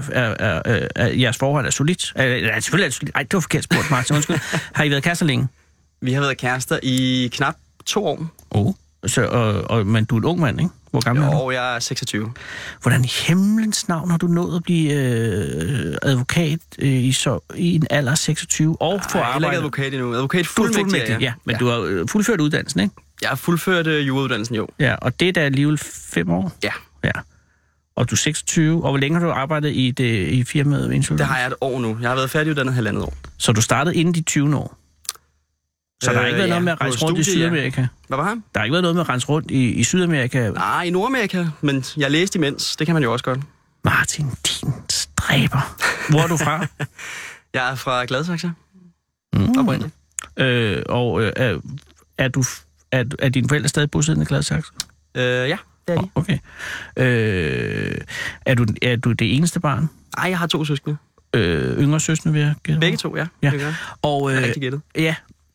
jeres forhold er solidt? Selvfølgelig er det solidt. Ej, det var forkert spurgt, Martin, undskyld. Har I været kærester længe? Vi har været kærester i knap 2 år. Men du er en ung mand, ikke? Hvor gammel er du? Jo, jeg er 26. Hvordan i himlens navn har du nået at blive advokat i en alder af 26 og få arbejde? Jeg er ikke advokat endnu. Advokat fuldmægtig, ja. Men du har fuldført uddannelsen, ikke? Jeg har fuldført jurauddannelsen, jo. Ja, og det er da alligevel 5 år? Ja. Og du er 26, og hvor længe har du arbejdet i firmaet? Det har jeg et år nu. Jeg har været færdiguddannet 1,5 år. Så du startede inden de 20 år? Så der har ikke været noget med at rejse rundt i Sydamerika? Hvad var han? Der har ikke været noget med at rejse rundt i Sydamerika? Nej, i Nordamerika, men jeg læste imens. Det kan man jo også godt. Martin, din stræber. Hvor er du fra? Jeg er fra Gladsaxe. Oprindeligt. Er dine forældre stadig bosiddende i Gladsaxe? Ja, det det er de. Okay. Er du det eneste barn? Nej, jeg har 2 søskende. Yngre søskende, vil jeg gætte? Begge 2, ja. Ja. Det Og, rigtig gættet. Ja.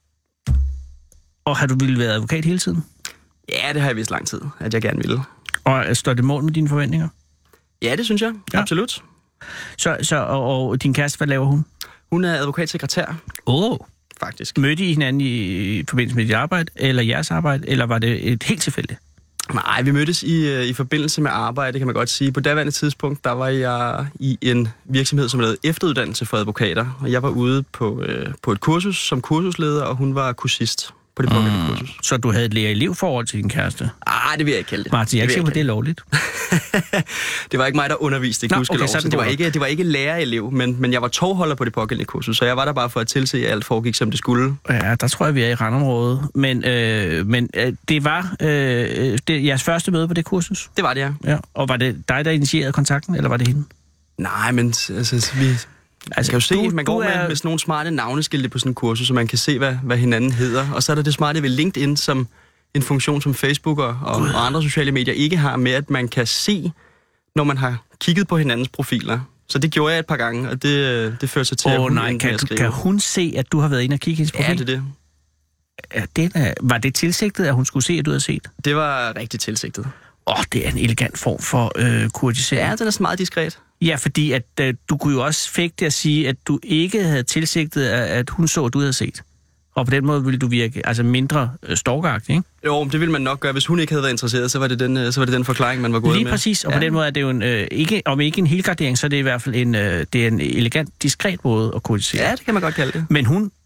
Og har du ville være advokat hele tiden? Ja, det har jeg vist lang tid, at jeg gerne ville. Og står det mål med dine forventninger? Ja, det synes jeg. Ja. Absolut. Og din kæreste, hvad laver hun? Hun er advokatsekretær. Faktisk. Mødte I hinanden i forbindelse med dit arbejde, eller jeres arbejde, eller var det et helt tilfældigt? Nej, vi mødtes i forbindelse med arbejde, kan man godt sige. På daværende tidspunkt, der var jeg i en virksomhed, som lavede efteruddannelse for advokater. Og jeg var ude på et kursus som kursusleder, og hun var kursist på det pågældende kursus. Så du havde et lærer-elev-forhold til din kæreste? Nej, det vil jeg ikke kalde det. Martin, jeg er ikke sikker på, det er lovligt. Det var ikke mig, der underviste, det var ikke lærer-elev, men jeg var tovholder på det pågældende kursus, så jeg var der bare for at tilse, at alt foregik, som det skulle. Ja, der tror jeg, vi er i randområdet. Men det var jeres første møde på det kursus? Det var det, ja. Og var det dig, der initierede kontakten, eller var det hende? Nej, men man kan jo se, man går med sådan nogle smarte navneskilte på sådan en kursus, så man kan se, hvad hinanden hedder. Og så er der det smarte ved LinkedIn, som en funktion som Facebook og andre sociale medier ikke har, med at man kan se, når man har kigget på hinandens profiler. Så det gjorde jeg et par gange, og det førte sig til, at hun kan hun se, at du har været inde og kigge hendes profil? Ja, det er det. Var det tilsigtet, at hun skulle se, at du havde set? Det var rigtig tilsigtet. Det er en elegant form for kurtisering. Ja, den er så meget diskret. Ja, fordi at du kunne jo også fægte at sige, at du ikke havde tilsigtet, at hun så, at du havde set. Og på den måde ville du virke mindre stalkeragtig, ikke? Jo, det ville man nok gøre. Hvis hun ikke havde været interesseret, så var det den forklaring, man var gået med. Lige præcis, og på den måde er det jo ikke en helgardering, så det er i hvert fald en elegant, diskret måde at kurtisere. Ja, det kan man godt kalde det. Men hun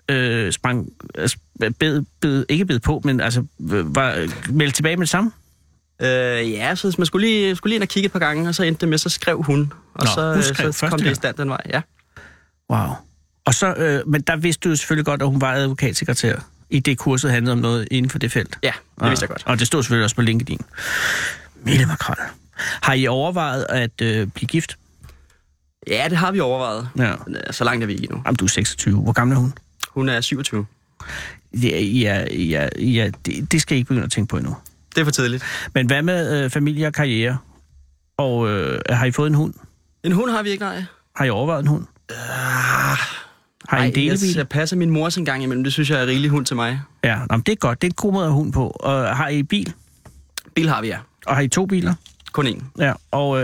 ikke bed på, men var meldt tilbage med det samme? Så man skulle lige ind og kigge et par gange, og så endte det med, så skrev hun. Og så kom det i stand den vej, ja. Wow. Og så, men der vidste du selvfølgelig godt, at hun var advokatsekretær i det kurset handlede om noget inden for det felt. Ja, det vidste jeg godt. Og det stod selvfølgelig også på LinkedIn. Mille makrel. Har I overvejet at blive gift? Ja, det har vi overvejet. Ja. Så langt er vi ikke endnu. Jamen, du er 26. Hvor gammel er hun? Hun er 27. Ja, det skal I ikke begynde at tænke på endnu. Det er for tidligt. Men hvad med familie og karriere? Og har I fået en hund? En hund har vi ikke, nej. Har I overvejet en hund? Har I en delebil? Jeg passer min mors en gang imellem. Det synes jeg er rigelig hund til mig. Ja, det er godt. Det er en god måde at hund på. Og har I bil? Bil har vi, ja. Og har I 2 biler? Kun 1. Ja, og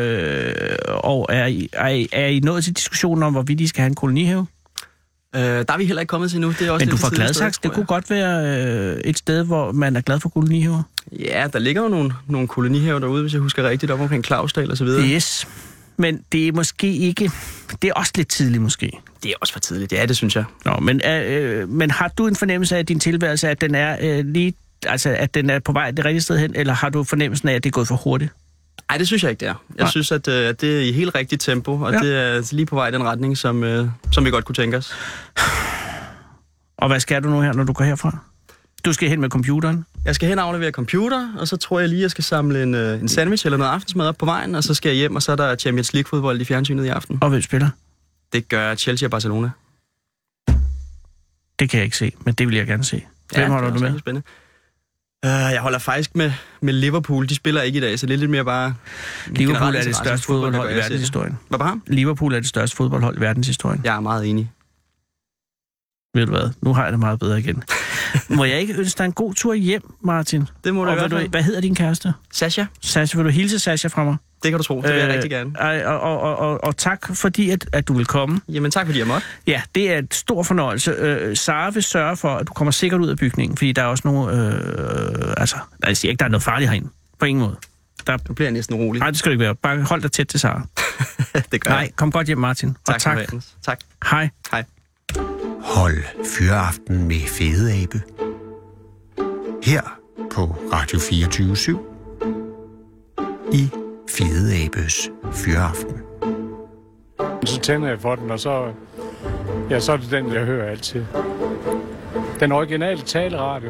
er I nået til diskussionen om, hvorvidt I skal have en kolonihave? Der er vi heller ikke kommet til nu. Det er også men du får Gladsaxe. Det kunne godt være et sted, hvor man er glad for kolonihaver. Ja, der ligger jo nogle kolonihaver derude, hvis jeg husker rigtigt, op omkring Clausdal og så videre. Yes. Men det er måske ikke... Det er også lidt tidligt, måske. Det er også for tidligt, ja, det synes jeg. Nå, men har du en fornemmelse af din tilværelse, at den er at den er på vej det rigtige sted hen, eller har du fornemmelsen af, at det er gået for hurtigt? Nej, det synes jeg ikke, det er. Jeg synes, at det er i helt rigtigt tempo, og det er lige på vej i den retning, som vi godt kunne tænke os. Og hvad skal du nu her, når du går herfra? Du skal hen med computeren? Jeg skal hen og aflevere computer, og så tror jeg lige, jeg skal samle en sandwich eller noget aftensmad op på vejen, og så skal jeg hjem, og så er der Champions League-fodbold i fjernsynet i aften. Og hvem spiller? Det gør Chelsea og Barcelona. Det kan jeg ikke se, men det vil jeg gerne se. Hvem holder du med? Spændende. Jeg holder faktisk med Liverpool. De spiller ikke i dag, så det er lidt mere bare... Liverpool er det største fodboldhold i verdenshistorien. Hvad bare? Liverpool er det største fodboldhold i verdenshistorien. Jeg er meget enig. Ved du hvad? Nu har jeg det meget bedre igen. Må jeg ikke ønske dig en god tur hjem, Martin? Det må du i hvert fald. Hvad hedder din kæreste? Sasha. Sasha, vil du hilse Sasha fra mig? Det kan du tro. Det vil jeg rigtig gerne. Og tak fordi, at du vil komme. Jamen tak fordi jeg måtte. Ja, det er et stor fornøjelse. Sara vil sørge for, at du kommer sikkert ud af bygningen, fordi der er også nogle... jeg siger ikke, der er noget farligt herinde. På ingen måde. Nu bliver jeg næsten rolig. Nej, det skal du ikke være. Bare hold dig tæt til Sara. Det gør jeg. Nej, kom godt hjem, Martin. Tak. Og tak. Tak. Hej. Hej. Hold Fyraften med Fede Abe. Her på Radio 24/7 i Fede Abes Fyraften. Så tænder jeg for den, og så er det den, jeg hører altid. Den originale taleradio.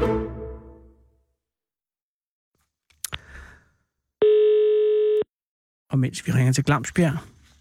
Og mens vi ringer til Glamsbjerg.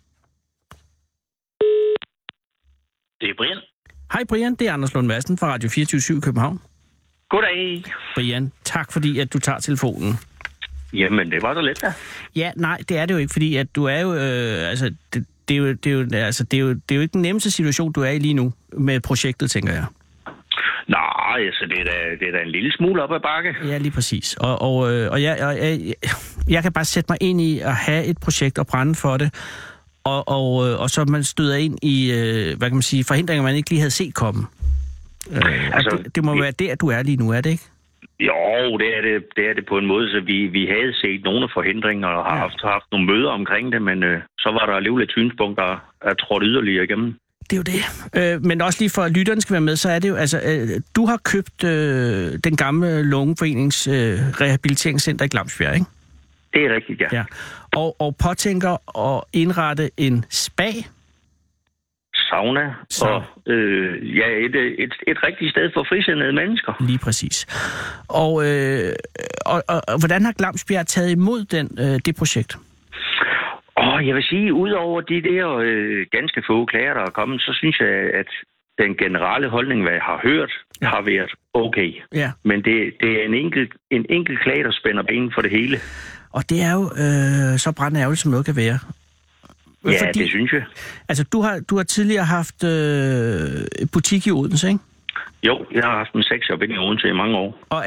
Det er Brian. Hej Brian, det er Anders Lund Madsen fra Radio 24/7 i København. Goddag. Brian, tak fordi at du tager telefonen. Jamen, det var så let, da. Ja, nej, det er det jo ikke, fordi at du er jo... Det er jo ikke den nemmeste situation, du er i lige nu med projektet, tænker jeg. Nej, altså det er da en lille smule op ad bakke. Ja, lige præcis. Og jeg kan bare sætte mig ind i at have et projekt og brænde for det, og så man støder ind i, hvad kan man sige, forhindringer, man ikke lige havde set komme. Altså, det må være der, du er lige nu, er det ikke? Jo, det er det på en måde, så vi havde set nogle forhindringer og har haft nogle møder omkring det, men så var der alligevel et synspunkt, der er trådt yderligere igennem. Det er jo det. Men også lige for at lytterne skal være med, så er det jo, altså, du har købt den gamle Lungeforenings rehabiliteringscenter i Glamsbjerg, ikke? Det er rigtigt, ja. Og påtænker at indrette en spa? Sauna. Og et rigtigt sted for frisindede mennesker. Lige præcis. Og hvordan har Glamsbjerg taget imod det projekt? Jeg vil sige, udover de der ganske få klager, der er kommet, så synes jeg, at den generelle holdning, hvad jeg har hørt, har været okay. Ja. Men det er en enkelt klage, der spænder ben for det hele. Og det er jo så brandærgerligt, som noget kan være. Ja, fordi, det synes jeg. Altså, du har tidligere haft butik i Odense, ikke? Jo, jeg har haft en sexshop inde i Odense i mange år. Og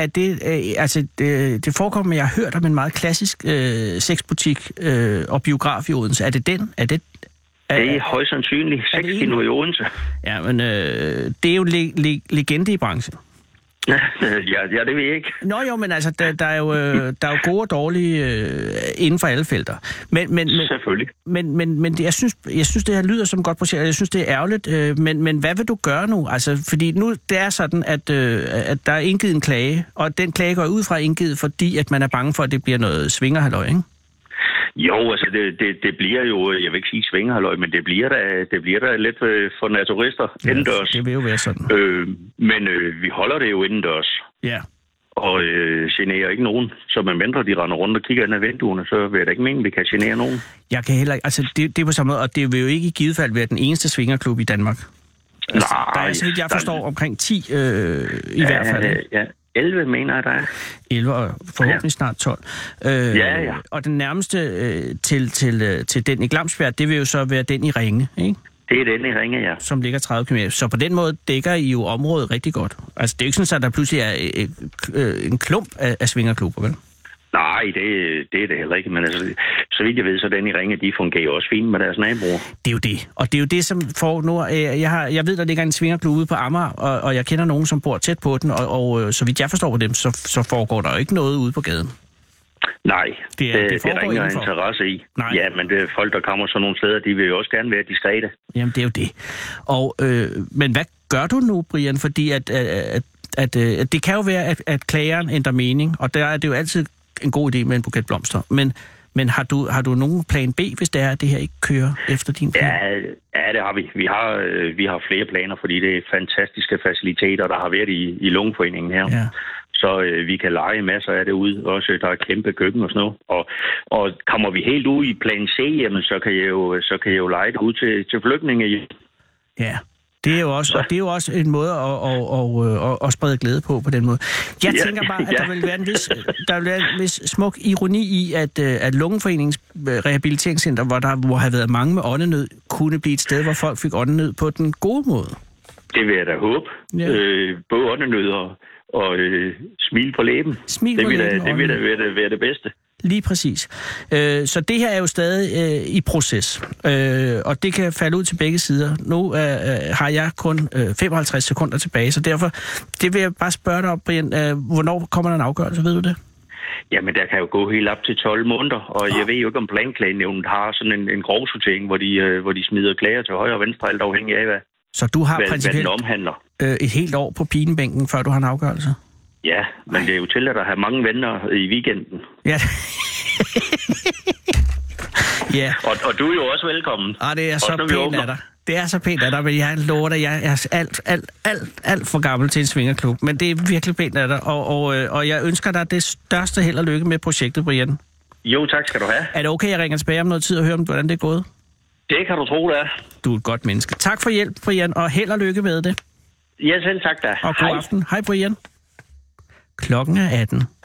det forekommer, jeg har hørt om en meget klassisk sexbutik og biograf i Odense. Er det den? Det er højst sandsynligt. Sexkino i Odense. Ja, men det er jo legende i branchen. Ja, det ved jeg ikke. Nå jo, men altså, der er jo gode og dårlige inden for alle felter. Men selvfølgelig. Men jeg synes, det her lyder som et godt projekt, og jeg synes, det er ærgerligt. Men hvad vil du gøre nu? Altså, fordi nu det er sådan, at der er indgivet en klage, og den klage går ud fra indgivet, fordi at man er bange for, at det bliver noget svingerhalløj, ikke? Jo, altså det bliver jo, jeg vil ikke sige svingerhalløj, men det bliver da lidt for naturister indendørs. Det vil jo være sådan. Men vi holder det jo indendørs. Ja. Og generer ikke nogen. Så medmindre de render rundt og kigger ind ad vinduerne, så vil jeg da ikke mene, at vi kan genere nogen. Jeg kan heller ikke, altså det er på samme måde, og det vil jo ikke i givet fald være den eneste svingerklub i Danmark. Altså, nej. Der er, så vidt jeg forstår, omkring 10 i hvert fald. Ja. 11, mener jeg, der er. 11, og forhåbentlig snart 12. Ja. Og den nærmeste til den i Glamsbjerg, det vil jo så være den i Ringe, ikke? Det er den i Ringe, ja. Som ligger 30 km. Så på den måde dækker I jo området rigtig godt. Altså, det er jo ikke sådan, at der pludselig er en klump af svingerklubber, vel? Nej, det er det heller ikke, men altså, så vidt jeg ved, så den i Ringe, de fungerer også fint med deres naboer. Det er jo det, og det er jo det, som får nu. Jeg ved, der ligger en svingerklub ude på Amager, og jeg kender nogen, som bor tæt på den, og så vidt jeg forstår på dem, så foregår der jo ikke noget ude på gaden. Nej, det er der ingen interesse i. Nej. Ja, men det er folk, der kommer sådan nogle steder, de vil jo også gerne være diskrete. Jamen, det er jo det. Og, men hvad gør du nu, Brian? Fordi at det kan jo være, at klageren ændrer mening, og der er det jo altid en god idé med en buket blomster. Men har du nogen plan B, hvis det er, at det her ikke kører efter din plan? Ja, det har vi. Vi har flere planer, fordi det er fantastiske faciliteter, der har været i Lungeforeningen her. Ja. Så vi kan lege masser af det ud. Også der er kæmpe køkken og sådan noget. Og kommer vi helt ud i plan C, jamen, så kan jeg jo lege det ud til flygtninge. Ja. Det er jo også, og det er jo også en måde at sprede glæde på den måde. Jeg tænker bare, at der vil være en vis smuk ironi i, at Lungeforeningens rehabiliteringscenter, hvor har været mange med åndenød, kunne blive et sted, hvor folk fik åndenød på den gode måde. Det vil jeg da håbe. Ja. Både åndenød og smil på læben. Det vil da være det bedste. Lige præcis. Så det her er jo stadig i proces, og det kan falde ud til begge sider. Nu har jeg kun 55 sekunder tilbage, så derfor det vil jeg bare spørge dig om, Brian. Hvornår kommer der en afgørelse, ved du det? Jamen, der kan jo gå helt op til 12 måneder, og jeg ved jo ikke, om Planklagenævnet har sådan en grov sortering, hvor de smider klager til højre og venstre, alt afhængig af, så du har principielt et helt år på pinebænken, før du har en afgørelse? Ja, men det er jo til at have mange venner i weekenden. Ja. Ja. Og du er jo også velkommen. Det er så pænt af dig. Det er så pænt af dig, men jeg lover dig, jeg er alt for gammel til en svingerklub. Men det er virkelig pænt af dig, og jeg ønsker dig det største held og lykke med projektet, Brian. Jo, tak skal du have. Er det okay, jeg ringer tilbage om noget tid og hører om, hvordan det er gået? Det kan du tro, det er. Du er et godt menneske. Tak for hjælp, Brian, og held og lykke med det. Ja, selv tak da. Og god aften. Hej, Brian. Klokken er 18.